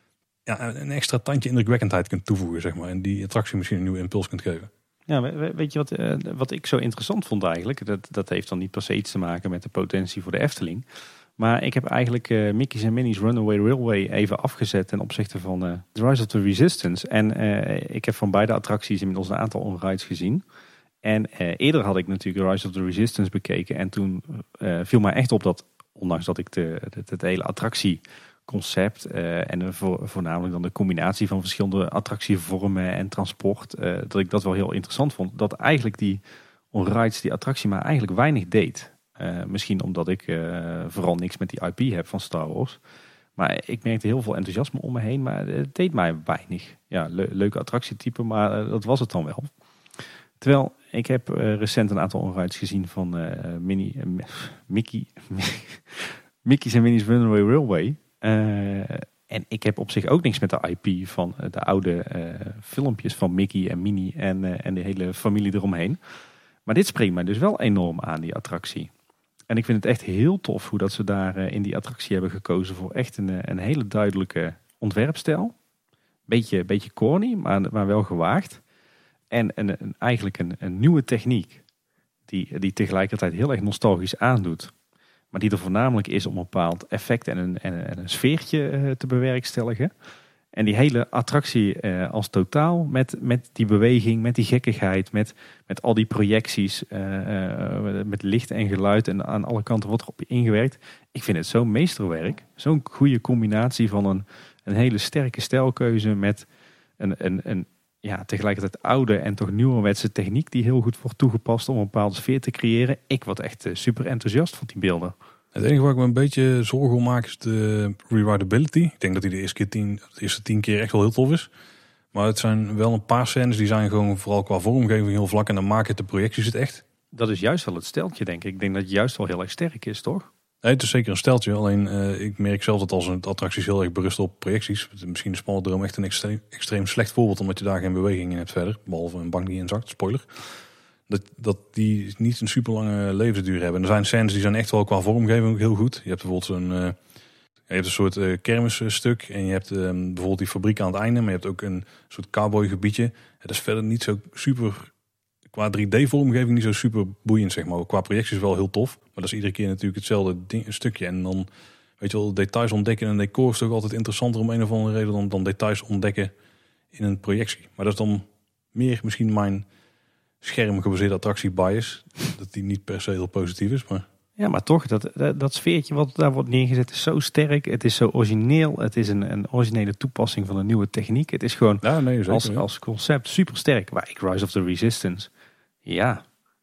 ja, een extra tandje indrukwekkendheid kunt toevoegen, zeg maar. En die attractie misschien een nieuwe impuls kunt geven. Ja, weet je wat, uh, wat ik zo interessant vond eigenlijk? Dat, dat heeft dan niet per se iets te maken met de potentie voor de Efteling. Maar ik heb eigenlijk uh, Mickey's en Minnie's Runaway Railway even afgezet ten opzichte van uh, The Rise of the Resistance. En uh, ik heb van beide attracties inmiddels een aantal onrides gezien. En uh, eerder had ik natuurlijk The Rise of the Resistance bekeken. En toen uh, viel mij echt op dat, ondanks dat ik de, de, het hele attractieconcept uh, en de, voor, voornamelijk dan de combinatie van verschillende attractievormen en transport, uh, dat ik dat wel heel interessant vond. Dat eigenlijk die onrides, die attractie, maar eigenlijk weinig deed. Uh, misschien omdat ik uh, vooral niks met die I P heb van Star Wars. Maar ik merkte heel veel enthousiasme om me heen. Maar het deed mij weinig. Ja, le- leuke attractietype, maar uh, dat was het dan wel. Terwijl ik heb uh, recent een aantal onrides gezien van uh, Minnie, uh, Mickey, Mickey's en Minnie's Runaway Railway. Uh, en ik heb op zich ook niks met de I P van uh, de oude uh, filmpjes van Mickey en Minnie en, uh, en de hele familie eromheen. Maar dit spreekt mij dus wel enorm aan, die attractie. En ik vind het echt heel tof hoe dat ze daar uh, in die attractie hebben gekozen voor echt een, een hele duidelijke ontwerpstijl. Beetje, beetje corny, maar, maar wel gewaagd. En een, een, eigenlijk een, een nieuwe techniek die, die tegelijkertijd heel erg nostalgisch aandoet. Maar die er voornamelijk is om een bepaald effect en een, en, en een sfeertje uh, te bewerkstelligen. En die hele attractie uh, als totaal met, met die beweging, met die gekkigheid, met, met al die projecties, uh, uh, met licht en geluid en aan alle kanten wordt erop ingewerkt. Ik vind het zo'n meesterwerk. Zo'n goede combinatie van een, een hele sterke stijlkeuze met een, een, een ja, tegelijkertijd oude en toch nieuwerwetse techniek die heel goed wordt toegepast om een bepaalde sfeer te creëren. Ik word echt uh, super enthousiast van die beelden. Het enige waar ik me een beetje zorgen om maak is de rewritability. Ik denk dat die de eerste, keer tien, de eerste tien keer echt wel heel tof is. Maar het zijn wel een paar scènes die zijn gewoon vooral qua vormgeving heel vlak. En dan maken de projecties het echt. Dat is juist wel het steltje, denk ik. Ik denk dat het juist wel heel erg sterk is, toch? Nee, het is zeker een steltje. Alleen uh, ik merk zelf dat als een attracties heel erg berust op projecties. Misschien is Spannendroom echt een extreem, extreem slecht voorbeeld. Omdat je daar geen beweging in hebt verder. Behalve een bank die inzakt, spoiler. Dat, dat die niet een super lange levensduur hebben. En er zijn scènes die zijn echt wel qua vormgeving ook heel goed. Je hebt bijvoorbeeld zo'n, uh, je hebt een soort uh, kermisstuk. En je hebt uh, bijvoorbeeld die fabriek aan het einde. Maar je hebt ook een soort cowboygebiedje. Dat is verder niet zo super, qua drie D-vormgeving niet zo super boeiend, zeg maar. Qua projecties wel heel tof. Maar dat is iedere keer natuurlijk hetzelfde ding, een stukje. En dan, weet je wel, details ontdekken in een decor is toch altijd interessanter om een of andere reden dan, dan details ontdekken in een projectie. Maar dat is dan meer misschien mijn schermgebaseerde attractie bias. Dat die niet per se heel positief is. Maar... Ja, maar toch, dat, dat, dat sfeertje wat daar wordt neergezet is zo sterk. Het is zo origineel. Het is een, een originele toepassing van een nieuwe techniek. Het is gewoon ja, nee, zeker, als, ja. als concept super sterk. Waar ik Rise of the Resistance, ja,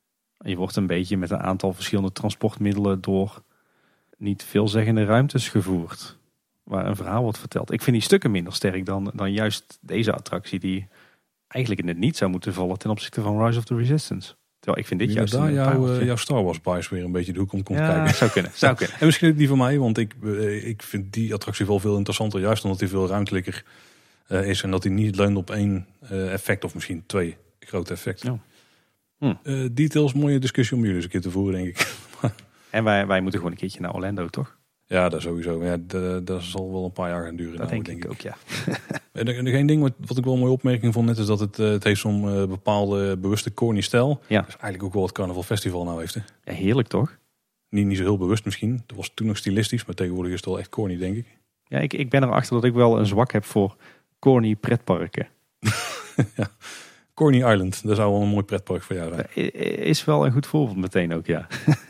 je wordt een beetje met een aantal verschillende transportmiddelen door niet veelzeggende ruimtes gevoerd. Waar een verhaal wordt verteld. Ik vind die stukken minder sterk dan, dan juist deze attractie die eigenlijk in het niet zou moeten vallen ten opzichte van Rise of the Resistance. Terwijl ik vind dit Wie juist daar een jouw, pareltje. uh, jouw Star Wars bias weer een beetje de hoek om komt Ja, kijken. zou kunnen, zou kunnen. En misschien ook die van mij, want ik, uh, ik vind die attractie wel veel interessanter. Juist omdat die veel ruimtelijker uh, is. En dat hij niet leunt op één uh, effect of misschien twee grote effecten. Ja. Hm. Uh, details, mooie discussie om jullie eens een keer te voeren, denk ik. En wij, wij moeten gewoon een keertje naar Orlando, toch? Ja, dat sowieso. Ja, dat, dat zal wel een paar jaar gaan duren. Dat nou, denk, denk ik ook, ja. En er één ding wat, wat ik wel een mooie opmerking vond net is dat het, uh, het heeft zo'n uh, bepaalde bewuste corny stijl. Ja. Dat is eigenlijk ook wel wat Carnaval Festival nou heeft. Hè. Ja, heerlijk toch? Niet, niet zo heel bewust misschien. Dat was toen nog stilistisch, maar tegenwoordig is het wel echt corny, denk ik. Ja, ik, ik ben erachter dat ik wel een zwak heb voor corny pretparken. Ja. Corny Island, dat zou wel een mooi pretpark voor jou zijn. I- Is wel een goed voorbeeld meteen ook, ja.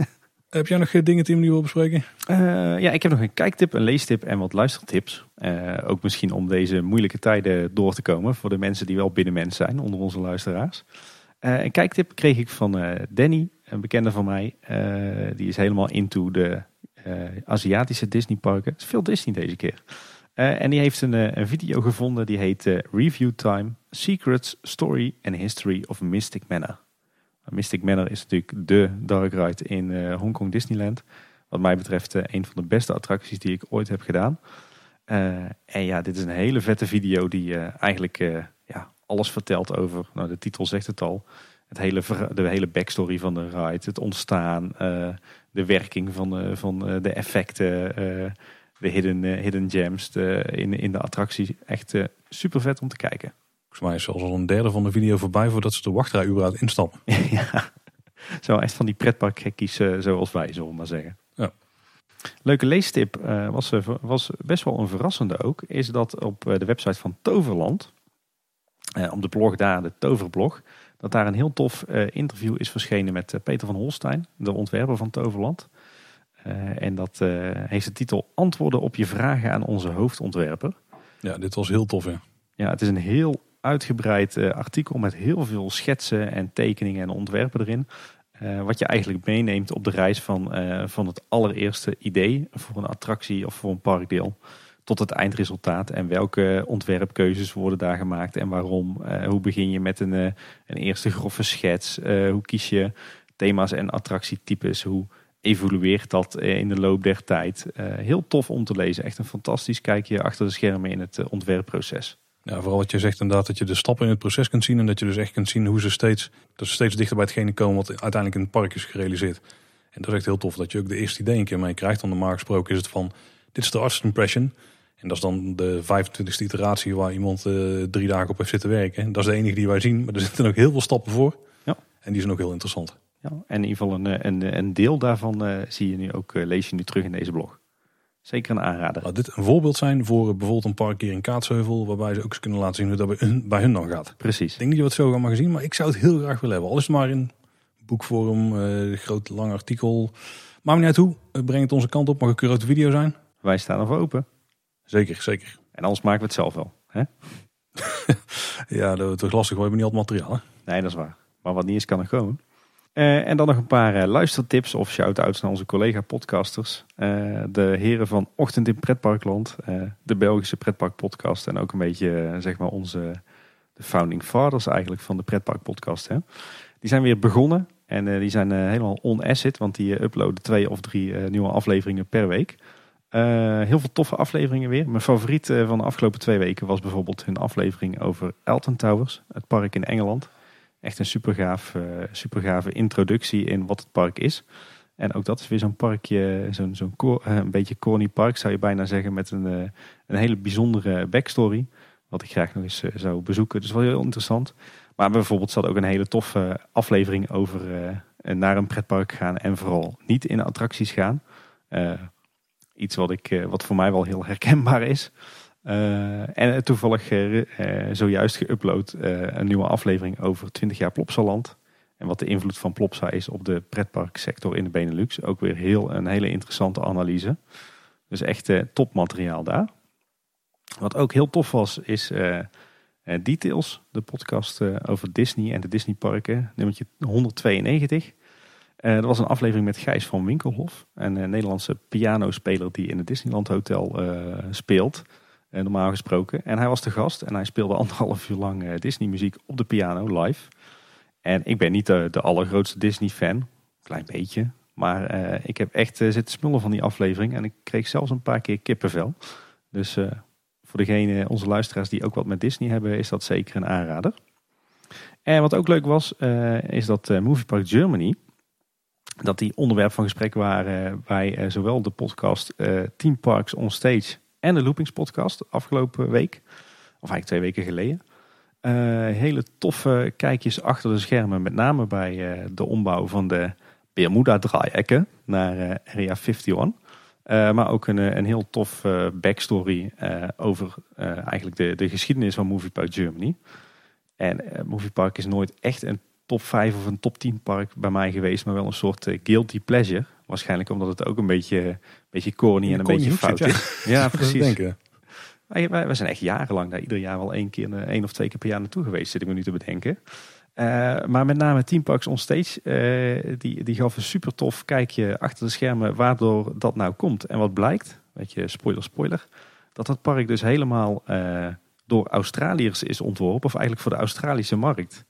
Heb jij nog uh, dingen, Tim, die je wil bespreken? Uh, ja, ik heb nog een kijktip, een leestip en wat luistertips. Uh, ook misschien om deze moeilijke tijden door te komen voor de mensen die wel binnenmens zijn onder onze luisteraars. Uh, een kijktip kreeg ik van uh, Danny, een bekende van mij. Uh, die is helemaal into de uh, Aziatische Disneyparken. Het is veel Disney deze keer. Uh, en die heeft een, uh, een video gevonden die heet uh, Review Time, Secrets, Story and History of Mystic Manor. Mystic Manor is natuurlijk de dark ride in uh, Hongkong Disneyland. Wat mij betreft uh, een van de beste attracties die ik ooit heb gedaan. Uh, en ja, dit is een hele vette video die uh, eigenlijk uh, ja, alles vertelt over, nou de titel zegt het al, het hele, de hele backstory van de ride, het ontstaan, uh, de werking van, uh, van uh, de effecten, uh, de hidden, uh, hidden gems de, in, in de attractie. Echt uh, super vet om te kijken. Volgens mij is zelfs al een derde van de video voorbij voordat ze de wachtrij überhaupt instappen. Ja, zo echt van die pretparkgekkies uh, zoals wij, zullen we maar zeggen. Ja. Leuke leestip uh, was, was best wel een verrassende ook. Is dat op de website van Toverland, uh, op de blog daar, de Toverblog, dat daar een heel tof uh, interview is verschenen met uh, Peter van Holstein, de ontwerper van Toverland. Uh, en dat uh, heeft de titel Antwoorden op je vragen aan onze hoofdontwerper. Ja, dit was heel tof, ja. Ja, het is een heel uitgebreid uh, artikel met heel veel schetsen en tekeningen en ontwerpen erin. Uh, wat je eigenlijk meeneemt op de reis van, uh, van het allereerste idee voor een attractie of voor een parkdeel tot het eindresultaat. En welke ontwerpkeuzes worden daar gemaakt en waarom. Uh, hoe begin je met een, uh, een eerste grove schets? Uh, hoe kies je thema's en attractietypes? Hoe evolueert dat uh, in de loop der tijd? Uh, heel tof om te lezen. Echt een fantastisch kijkje achter de schermen in het uh, ontwerpproces. Ja, vooral wat je zegt inderdaad, dat je de stappen in het proces kunt zien. En dat je dus echt kunt zien hoe ze steeds, dat ze steeds dichter bij hetgene komen wat uiteindelijk in het park is gerealiseerd. En dat is echt heel tof, dat je ook de eerste idee een keer mee krijgt. Want normaal gesproken is het van, dit is de artist impression. En dat is dan de vijfentwintigste iteratie waar iemand uh, drie dagen op heeft zitten werken. Dat is de enige die wij zien, maar er zitten ook heel veel stappen voor. Ja. En die zijn ook heel interessant. Ja, en in ieder geval een, een, een deel daarvan uh, zie je nu ook, uh, lees je nu terug in deze blog. Zeker een aanrader. Laat dit een voorbeeld zijn voor bijvoorbeeld een park hier in Kaatsheuvel, waarbij ze ook eens kunnen laten zien hoe dat bij hun, bij hun dan gaat. Precies. Ik denk niet dat je het zo allemaal gezien, maar ik zou het heel graag willen hebben. Al is het maar in boekvorm, uh, groot lang artikel. Maakt niet uit hoe, breng het onze kant op, mag een grote video zijn. Wij staan ervoor open. Zeker, zeker. En anders maken we het zelf wel. Hè? Ja, dat is toch lastig, we hebben niet altijd materiaal. Hè? Nee, dat is waar. Maar wat niet is, kan er gewoon. Uh, en dan nog een paar uh, luistertips of shout-outs naar onze collega-podcasters. Uh, de heren van Ochtend in Pretparkland, uh, de Belgische pretparkpodcast. En ook een beetje uh, zeg maar onze de founding fathers eigenlijk van de pretparkpodcast. Hè. Die zijn weer begonnen en uh, die zijn uh, helemaal on-acid, want die uh, uploaden twee of drie uh, nieuwe afleveringen per week. Uh, heel veel toffe afleveringen weer. Mijn favoriet uh, van de afgelopen twee weken was bijvoorbeeld hun aflevering over Alton Towers, het park in Engeland. Echt een super gaaf, uh, super gave introductie in wat het park is. En ook dat is weer zo'n parkje, zo'n, zo'n co- uh, een beetje corny park zou je bijna zeggen, met een, uh, een hele bijzondere backstory. Wat ik graag nog eens uh, zou bezoeken. Dus wel heel interessant. Maar bijvoorbeeld zat ook een hele toffe aflevering over uh, naar een pretpark gaan en vooral niet in attracties gaan. Uh, iets wat, ik, uh, wat voor mij wel heel herkenbaar is. Uh, en toevallig uh, uh, zojuist geüpload uh, een nieuwe aflevering over twintig jaar Plopsaland. En wat de invloed van Plopsa is op de pretparksector in de Benelux. Ook weer heel, een hele interessante analyse. Dus echt uh, topmateriaal daar. Wat ook heel tof was, is uh, uh, Details. De podcast uh, over Disney en de Disneyparken. Nummertje honderdtweeënnegentig. Uh, dat was een aflevering met Gijs van Winkelhof. Een uh, Nederlandse pianospeler die in het Disneyland Hotel uh, speelt. Uh, normaal gesproken. En hij was de gast. En hij speelde anderhalf uur lang uh, Disney muziek op de piano live. En ik ben niet de, de allergrootste Disney fan. Klein beetje. Maar uh, ik heb echt uh, zitten smullen van die aflevering. En ik kreeg zelfs een paar keer kippenvel. Dus uh, voor degene, onze luisteraars die ook wat met Disney hebben, is dat zeker een aanrader. En wat ook leuk was, uh, is dat uh, Movie Park Germany, dat die onderwerp van gesprek waren bij uh, zowel de podcast uh, Theme Parks on Stage en de Loopings podcast afgelopen week. Of eigenlijk twee weken geleden. Uh, hele toffe kijkjes achter de schermen. Met name bij uh, de ombouw van de Bermuda-draaiekken naar uh, Area eenenvijftig. Uh, maar ook een, een heel tof uh, backstory uh, over uh, eigenlijk de, de geschiedenis van Movie Park Germany. En uh, Movie Park is nooit echt een top vijf of een top tien park bij mij geweest. Maar wel een soort uh, guilty pleasure. Waarschijnlijk omdat het ook een beetje, een beetje corny en een beetje fout ja. is. Ja, precies. Denken. Wij, wij, wij zijn echt jarenlang daar ieder jaar wel één keer, één of twee keer per jaar naartoe geweest. Zit ik me nu te bedenken. Uh, maar met name Theme Parks on Stage, uh, die, die gaf een super tof kijkje achter de schermen waardoor dat nou komt. En wat blijkt, weet je, spoiler, spoiler, dat dat park dus helemaal uh, door Australiërs is ontworpen. Of eigenlijk voor de Australische markt.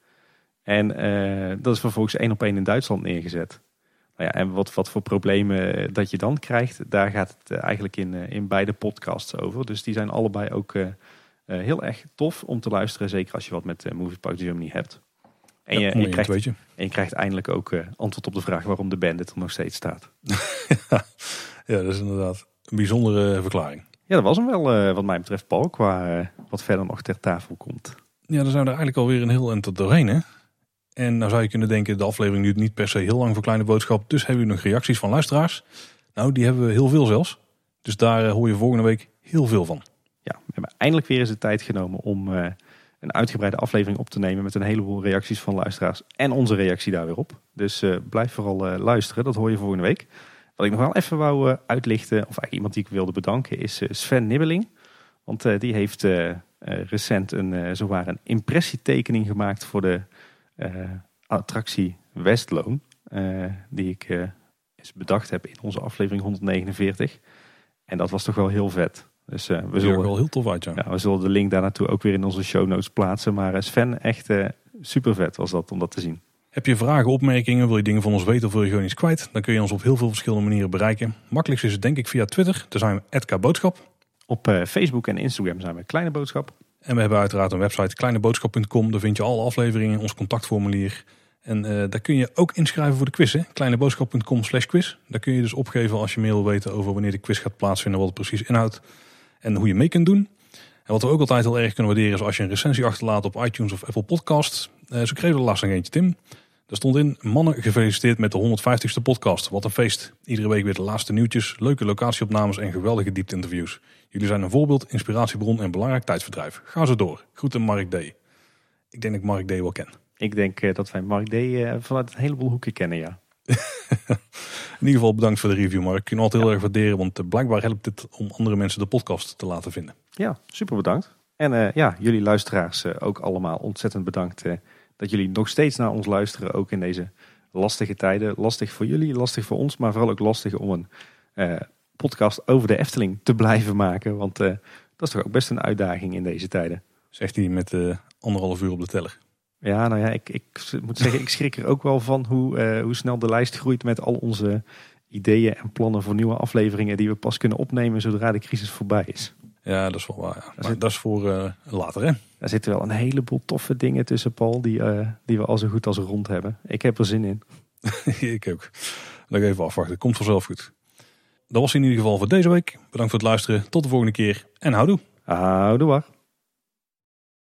En uh, dat is vervolgens één op één in Duitsland neergezet. Nou ja, en wat, wat voor problemen dat je dan krijgt, daar gaat het eigenlijk in, in beide podcasts over. Dus die zijn allebei ook uh, uh, heel erg tof om te luisteren. Zeker als je wat met uh, Movie Park Germany hebt. En, ja, je, en, je krijgt, en je krijgt eindelijk ook uh, antwoord op de vraag waarom de Bandit er nog steeds staat. ja, ja, dat is inderdaad een bijzondere verklaring. Ja, dat was hem wel uh, wat mij betreft, Paul, qua uh, wat verder nog ter tafel komt. Ja, dan zijn we er eigenlijk alweer een heel eind doorheen, hè? En nou zou je kunnen denken, de aflevering duurt niet per se heel lang voor Kleine Boodschap. Dus hebben we nog reacties van luisteraars. Nou, die hebben we heel veel zelfs. Dus daar hoor je volgende week heel veel van. Ja, we hebben eindelijk weer eens de tijd genomen om uh, een uitgebreide aflevering op te nemen met een heleboel reacties van luisteraars. En onze reactie daar weer op. Dus uh, blijf vooral uh, luisteren, dat hoor je volgende week. Wat ik nog wel even wou uh, uitlichten, of eigenlijk iemand die ik wilde bedanken, is uh, Sven Nibbeling. Want uh, die heeft uh, uh, recent een, uh, zowaar een impressietekening gemaakt voor de Uh, attractie Westloon, uh, die ik uh, eens bedacht heb in onze aflevering honderdnegenenveertig. En dat was toch wel heel vet. Dus uh, we zullen wel heel tof uit, ja. ja. We zullen de link daar naartoe ook weer in onze show notes plaatsen. Maar uh, Sven, echt uh, super vet was dat om dat te zien. Heb je vragen, opmerkingen, wil je dingen van ons weten of wil je gewoon iets kwijt? Dan kun je ons op heel veel verschillende manieren bereiken. Makkelijkst is het denk ik via Twitter. Daar zijn we at k boodschap. Op uh, Facebook en Instagram zijn we Kleine Boodschap. En we hebben uiteraard een website kleineboodschap punt com. Daar vind je alle afleveringen, ons contactformulier. En uh, daar kun je ook inschrijven voor de quiz. kleineboodschap punt com slash quiz. Daar kun je dus opgeven als je meer wil weten over wanneer de quiz gaat plaatsvinden. Wat het precies inhoudt. En hoe je mee kunt doen. En wat we ook altijd heel erg kunnen waarderen is als je een recensie achterlaat op iTunes of Apple Podcasts. Uh, zo kregen we er laatst nog eentje, Tim. Daar stond in, mannen gefeliciteerd met de honderdvijftigste podcast. Wat een feest. Iedere week weer de laatste nieuwtjes, leuke locatieopnames en geweldige diepte-interviews. Jullie zijn een voorbeeld, inspiratiebron en belangrijk tijdsverdrijf. Ga zo door. Groeten Mark D. Ik denk dat ik Mark D wel ken. Ik denk uh, dat wij Mark D uh, vanuit een heleboel hoeken kennen, ja. In ieder geval bedankt voor de review, Mark. Ik kan altijd heel ja. erg waarderen, want uh, blijkbaar helpt dit om andere mensen de podcast te laten vinden. Ja, super bedankt. En uh, ja, jullie luisteraars uh, ook allemaal ontzettend bedankt uh, dat jullie nog steeds naar ons luisteren. Ook in deze lastige tijden. Lastig voor jullie, lastig voor ons, maar vooral ook lastig om een uh, podcast over de Efteling te blijven maken. Want uh, dat is toch ook best een uitdaging in deze tijden. Zegt hij met uh, anderhalf uur op de teller. Ja, nou ja, ik, ik moet zeggen, ik schrik er ook wel van hoe, uh, hoe snel de lijst groeit met al onze ideeën en plannen voor nieuwe afleveringen die we pas kunnen opnemen zodra de crisis voorbij is. Ja, dat is wel waar. Maar zit, dat is voor uh, later, hè? Daar zitten wel een heleboel toffe dingen tussen, Paul, die, uh, die we al zo goed als rond hebben. Ik heb er zin in. Ik ook. Dan even afwachten. Komt vanzelf goed. Dat was in ieder geval voor deze week. Bedankt voor het luisteren. Tot de volgende keer. En houdoe. Houdoe waar.